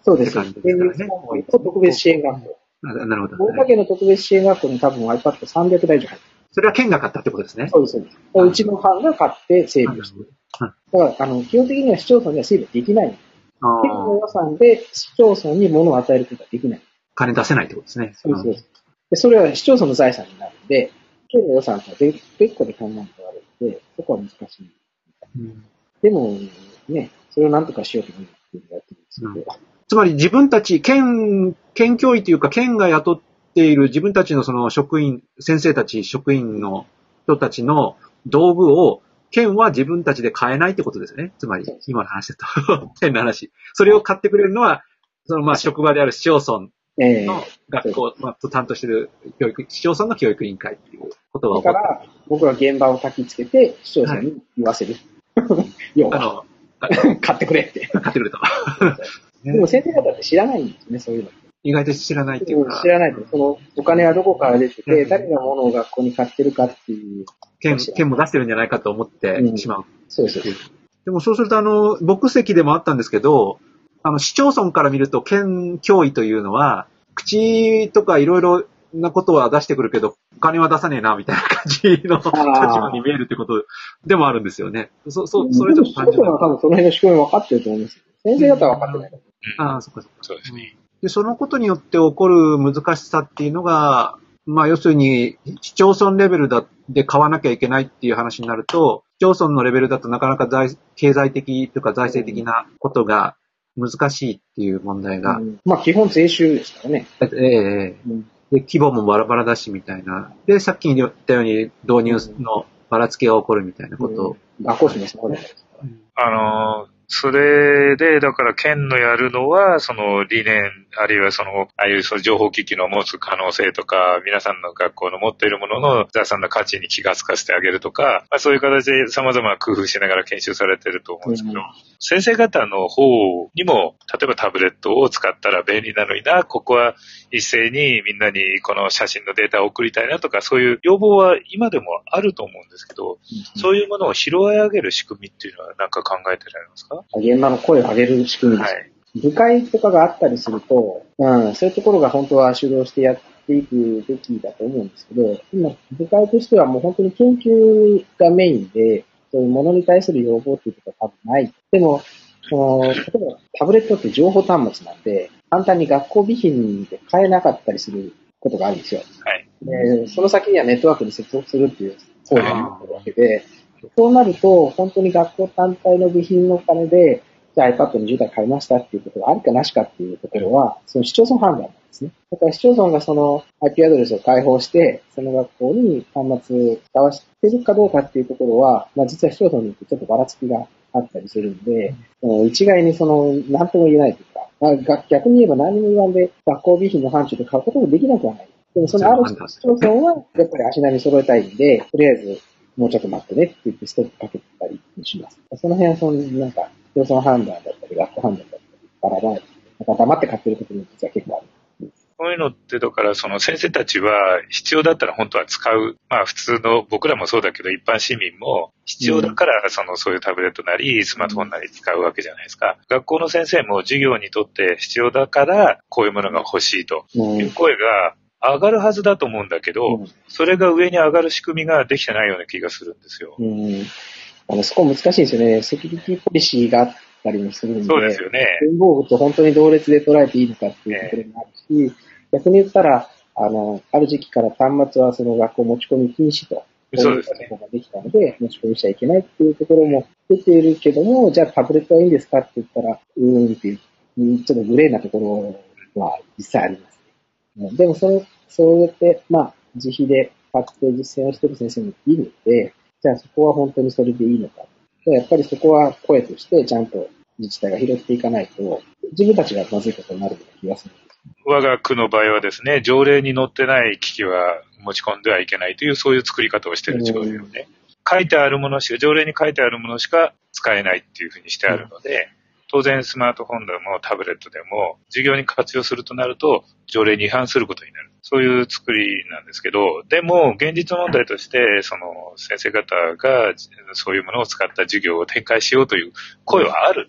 Speaker 4: そうです。県立高校と特別支援学校。
Speaker 1: なるほど。
Speaker 4: 大分県の特別支援学校に多分 iPad さんびゃくだい以上入ってる。
Speaker 1: それは県が買ったってことですね。
Speaker 4: そうです、そうです。うちの班が買って整備をしてる。だから、あの、基本的には市町村には整備できない。県の予算で市町村に物を与えることはできない。
Speaker 1: 金出せないってことですね。
Speaker 4: そうです。で、それは市町村の財産になるんで、県の予算とは別個で考えておられるので、そこは難しい。うん、でも、ね、それを何とかしようと思ってやってるんですけど、うん。
Speaker 1: つまり自分たち、県、県教委というか、県が雇っている自分たちのその職員、先生たち、職員の人たちの道具を、県は自分たちで買えないってことですよね。つまり、今の話だと。県の話。それを買ってくれるのは、そのまあ職場である市町村の学校、えー、まあ、担当している教育、市町村の教育委員会っていうことは。
Speaker 4: だから、僕は現場を焚きつけて、市町村に言わせる。はい、要は、あの買ってくれって。
Speaker 1: 買ってくれと。
Speaker 4: でも先生方って知らないんですね、そういうの。
Speaker 1: 意外と知らないっていうか。
Speaker 4: 知らないと。その、お金はどこから出てて、うん、誰が物を学校に買ってるかっていう。
Speaker 1: 県、県も出してるんじゃないかと思ってしまう。うん、
Speaker 4: そうです。
Speaker 1: でもそうすると、あの、僕席でもあったんですけど、あの、市町村から見ると、県教委というのは、口とかいろいろなことは出してくるけど、お金は出さねえな、みたいな感じの立場に見えるってことでもあるんですよね。そ、そ、それちょっと感じる。
Speaker 4: 市町村は多分その辺の仕組み分かってると思います。先生方は分かってない。
Speaker 1: うん、ああ、そっかそっか。そうですね。で、そのことによって起こる難しさっていうのが、まあ要するに市町村レベルだで買わなきゃいけないっていう話になると、市町村のレベルだとなかなか財経済的というか財政的なことが難しいっていう問題が。うん、
Speaker 4: まあ基本税収ですからね。
Speaker 1: ええーうん、で、規模もバラバラだしみたいな。で、さっき言ったように導入のばらつきが起こるみたいなことを。
Speaker 4: うん、学校費もそうです。
Speaker 3: あのー、それで、だから県のやるのは、その理念、あるいはその、ああいうその情報機器の持つ可能性とか、皆さんの学校の持っているものの財産の価値に気がつかせてあげるとか、まあ、そういう形で様々な工夫しながら研修されてると思うんですけど、うん、先生方の方にも、例えばタブレットを使ったら便利なのにな、ここは一斉にみんなにこの写真のデータを送りたいなとか、そういう要望は今でもあると思うんですけど、うん、そういうものを拾い上げる仕組みっていうのは何か考えてられますか？
Speaker 4: 現場の声を上げる仕組みです。はい、部会とかがあったりすると、うん、そういうところが本当は主導してやっていくべきだと思うんですけど、今、部会としてはもう本当に研究がメインで、そういうものに対する要望っていうことは多分ない。でも、その、例えばタブレットって情報端末なんで、簡単に学校備品で買えなかったりすることがあるんですよ。
Speaker 3: はい。
Speaker 4: で、その先にはネットワークに接続するっていう方法になってるわけで、そうなると、本当に学校単体の備品のお金で、じゃあ iPad にじゅうだい買いましたっていうことがあるかなしかっていうところは、その市町村判断なんですね。だから市町村がその アイピー アドレスを開放して、その学校に端末を使わせてるかどうかっていうところは、まあ実は市町村によってちょっとばらつきがあったりするんで、うん、一概にその、なんとも言えないというか、まあ、逆に言えば何も言わんで学校備品の範疇で買うこともできなくはない。でもそのある市町村は、やっぱり足並み揃えたいんで、とりあえず、もうちょっと待ってねって言ってストップかけたりします。その辺はその、なんか、市町村判断だったり、学校判断だったり、バラバラで、なんか黙って買ってることも実は結構ある。
Speaker 3: こういうのって、だからその先生たちは必要だったら本当は使う。まあ普通の僕らもそうだけど一般市民も必要だからそのそういうタブレットなりスマートフォンなり使うわけじゃないですか。学校の先生も授業にとって必要だからこういうものが欲しいという声が上がるはずだと思うんだけど、うん、それが上に上がる仕組みができてないような気がするんですよ。
Speaker 4: うん、あのそこ難しいですよね。セキュリティポリシーがあったりもするんで、
Speaker 3: そうですよね。
Speaker 4: 文房具と本当に同列で捉えていいのかっていうところもあるし、ね、逆に言ったら、あの、ある時期から端末はその学校持ち込み禁止と、
Speaker 3: そうですね。
Speaker 4: ができたので、持ち込みしちゃいけないっていうところも出ているけども、じゃあタブレットはいいんですかって言ったら、うーんっていう、ちょっとグレーなところは実際ありますね。でもその、そうやって、まあ、自費で買って実践をしている先生もいるので、じゃあそこは本当にそれでいいのか。やっぱりそこは声としてちゃんと自治体が拾っていかないと、自分たちがまずいことになるような気がするんです。
Speaker 3: 我が区の場合はですね、条例に載ってない機器は持ち込んではいけないという、そういう作り方をしている条例をね、書いてあるものしか、条例に書いてあるものしか使えないっていうふうにしてあるので、当然スマートフォンでもタブレットでも授業に活用するとなると条例に違反することになる。そういう作りなんですけど、でも現実問題としてその先生方がそういうものを使った授業を展開しようという声はある。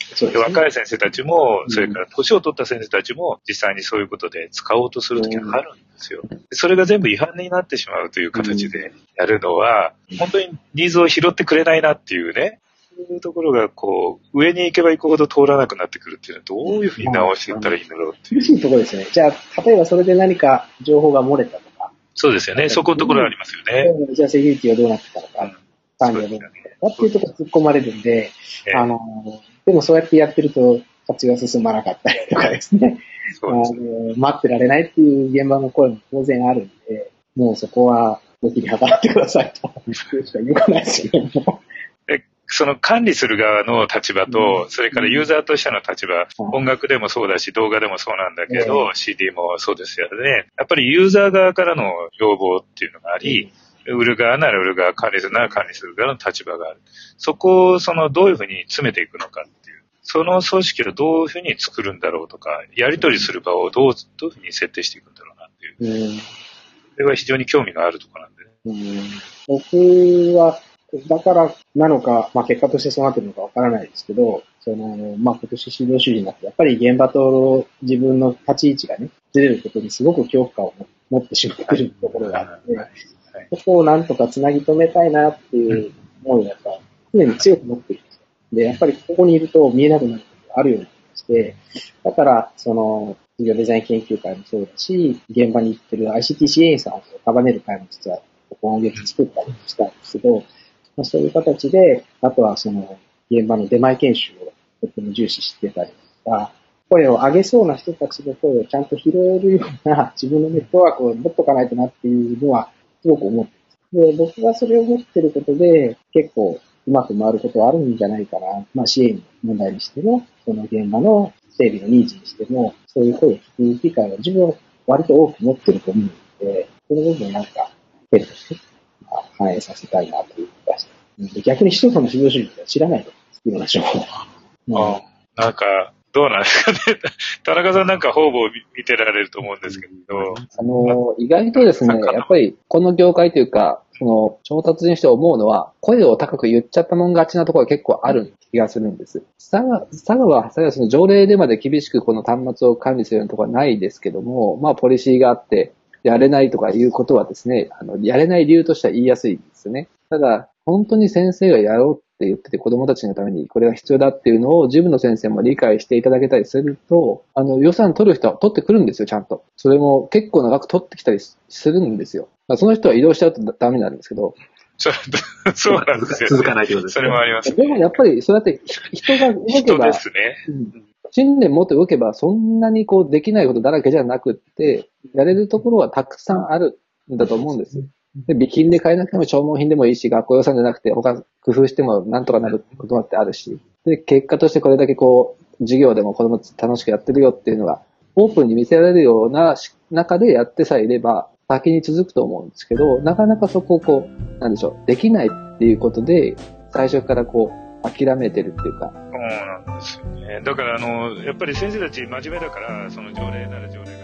Speaker 3: で若い先生たちも、それから年を取った先生たちも、実際にそういうことで使おうとするときがあるんですよ。それが全部違反になってしまうという形でやるのは、本当にニーズを拾ってくれないなっていうね、そういうところがこう、上に行けば行くほど通らなくなってくるっていうのは、どういうふうに直していったらいいんだろうっていう。
Speaker 4: 厳しいところですね。じゃあ、例えばそれで何か情報が漏れたとか。
Speaker 3: そうですよね。そこのところありますよね。
Speaker 4: じゃあ、セキュリティはどうなってたのか。管理はどうなってたのかっていうところ突っ込まれるんで、えー、あの、でもそうやってやってると活用が進まなかったりとかですね。そうですね。あの待ってられないっていう現場の声も当然あるんで、もうそこはごきり計らってくださいと。しか言うかないですよね。
Speaker 3: その管理する側の立場と、それからユーザーとしての立場、音楽でもそうだし、動画でもそうなんだけど、シーディー もそうですよね。やっぱりユーザー側からの要望っていうのがあり、売る側なら売る側、管理するなら管理する側の立場がある。そこを、その、どういうふうに詰めていくのかっていう。その組織をどういうふうに作るんだろうとか、やり取りする場をどう、どういうふうに設定していくんだろうなっていう。それは非常に興味があるところなんでね。
Speaker 4: うん僕は、だからなのか、まあ結果としてそうなってるのかわからないですけど、その、まあ今年指導主義になって、やっぱり現場と自分の立ち位置がね、ずれることにすごく恐怖感を持ってしまっているところがあって、そこをなんとかつなぎ止めたいなっていう思いをやっぱ常に強く持っているんですよ。で、やっぱりここにいると見えなくなることがあるような気がして、だから、その、事業デザイン研究会もそうだし、現場に行ってる アイシーティー 支援員さんを束ねる会も実は今月作ったりしたんですけど、まあ、そういう形で、あとはその、現場の出前研修をとても重視してたりとか、声を上げそうな人たちの声をちゃんと拾えるような自分のネットワークを持っとかないとなっていうのはすごく思ってます。で、僕がそれを持ってることで結構うまく回ることはあるんじゃないかな。まあ支援の問題にしても、その現場の整備のニーズにしても、そういう声を聞く機会を自分は割と多く持ってると思うので、その部分をなんか、ヘルとして、まあ、反映させたいなという気がして。で逆に人様の指導主義は知らないというような情報。
Speaker 3: ああ、なんか、どうなんですかね。田中さんなんか方々見てられると思うんですけど。
Speaker 2: あの、意外とですね、やっぱりこの業界というか、その、調達にして思うのは、声を高く言っちゃったもん勝ちなところが結構ある気がするんです。佐賀、佐賀は、佐賀その条例でまで厳しくこの端末を管理するようなところはないですけども、まあ、ポリシーがあって、やれないとかいうことはですね、あの、やれない理由としては言いやすいんですよね。ただ、本当に先生がやろうって言ってて子供たちのためにこれが必要だっていうのを自分の先生も理解していただけたりすると、あの予算取る人は取ってくるんですよ、ちゃんと。それも結構長く取ってきたりするんですよ。その人は移動しちゃうとダメなんですけど。
Speaker 3: そうなんですよ。
Speaker 1: 続かないということです
Speaker 3: ね。それもあります、ね。
Speaker 2: でもやっぱりそうやって人が動けば。
Speaker 3: 人ですね。
Speaker 2: うん信念持って動けばそんなにこうできないことだらけじゃなくって、やれるところはたくさんあるんだと思うんです。で、備品で買えなくても消耗品でもいいし、学校予算じゃなくて他工夫してもなんとかなることだってあるし、で、結果としてこれだけこう、授業でも子供楽しくやってるよっていうのが、オープンに見せられるような中でやってさえいれば、先に続くと思うんですけど、なかなかそこをこう、なんでしょう、できないっていうことで、最初からこう、諦めてるっていうか。
Speaker 3: そうなんですよね。だからあの、やっぱり先生たち真面目だから、その条例なら条例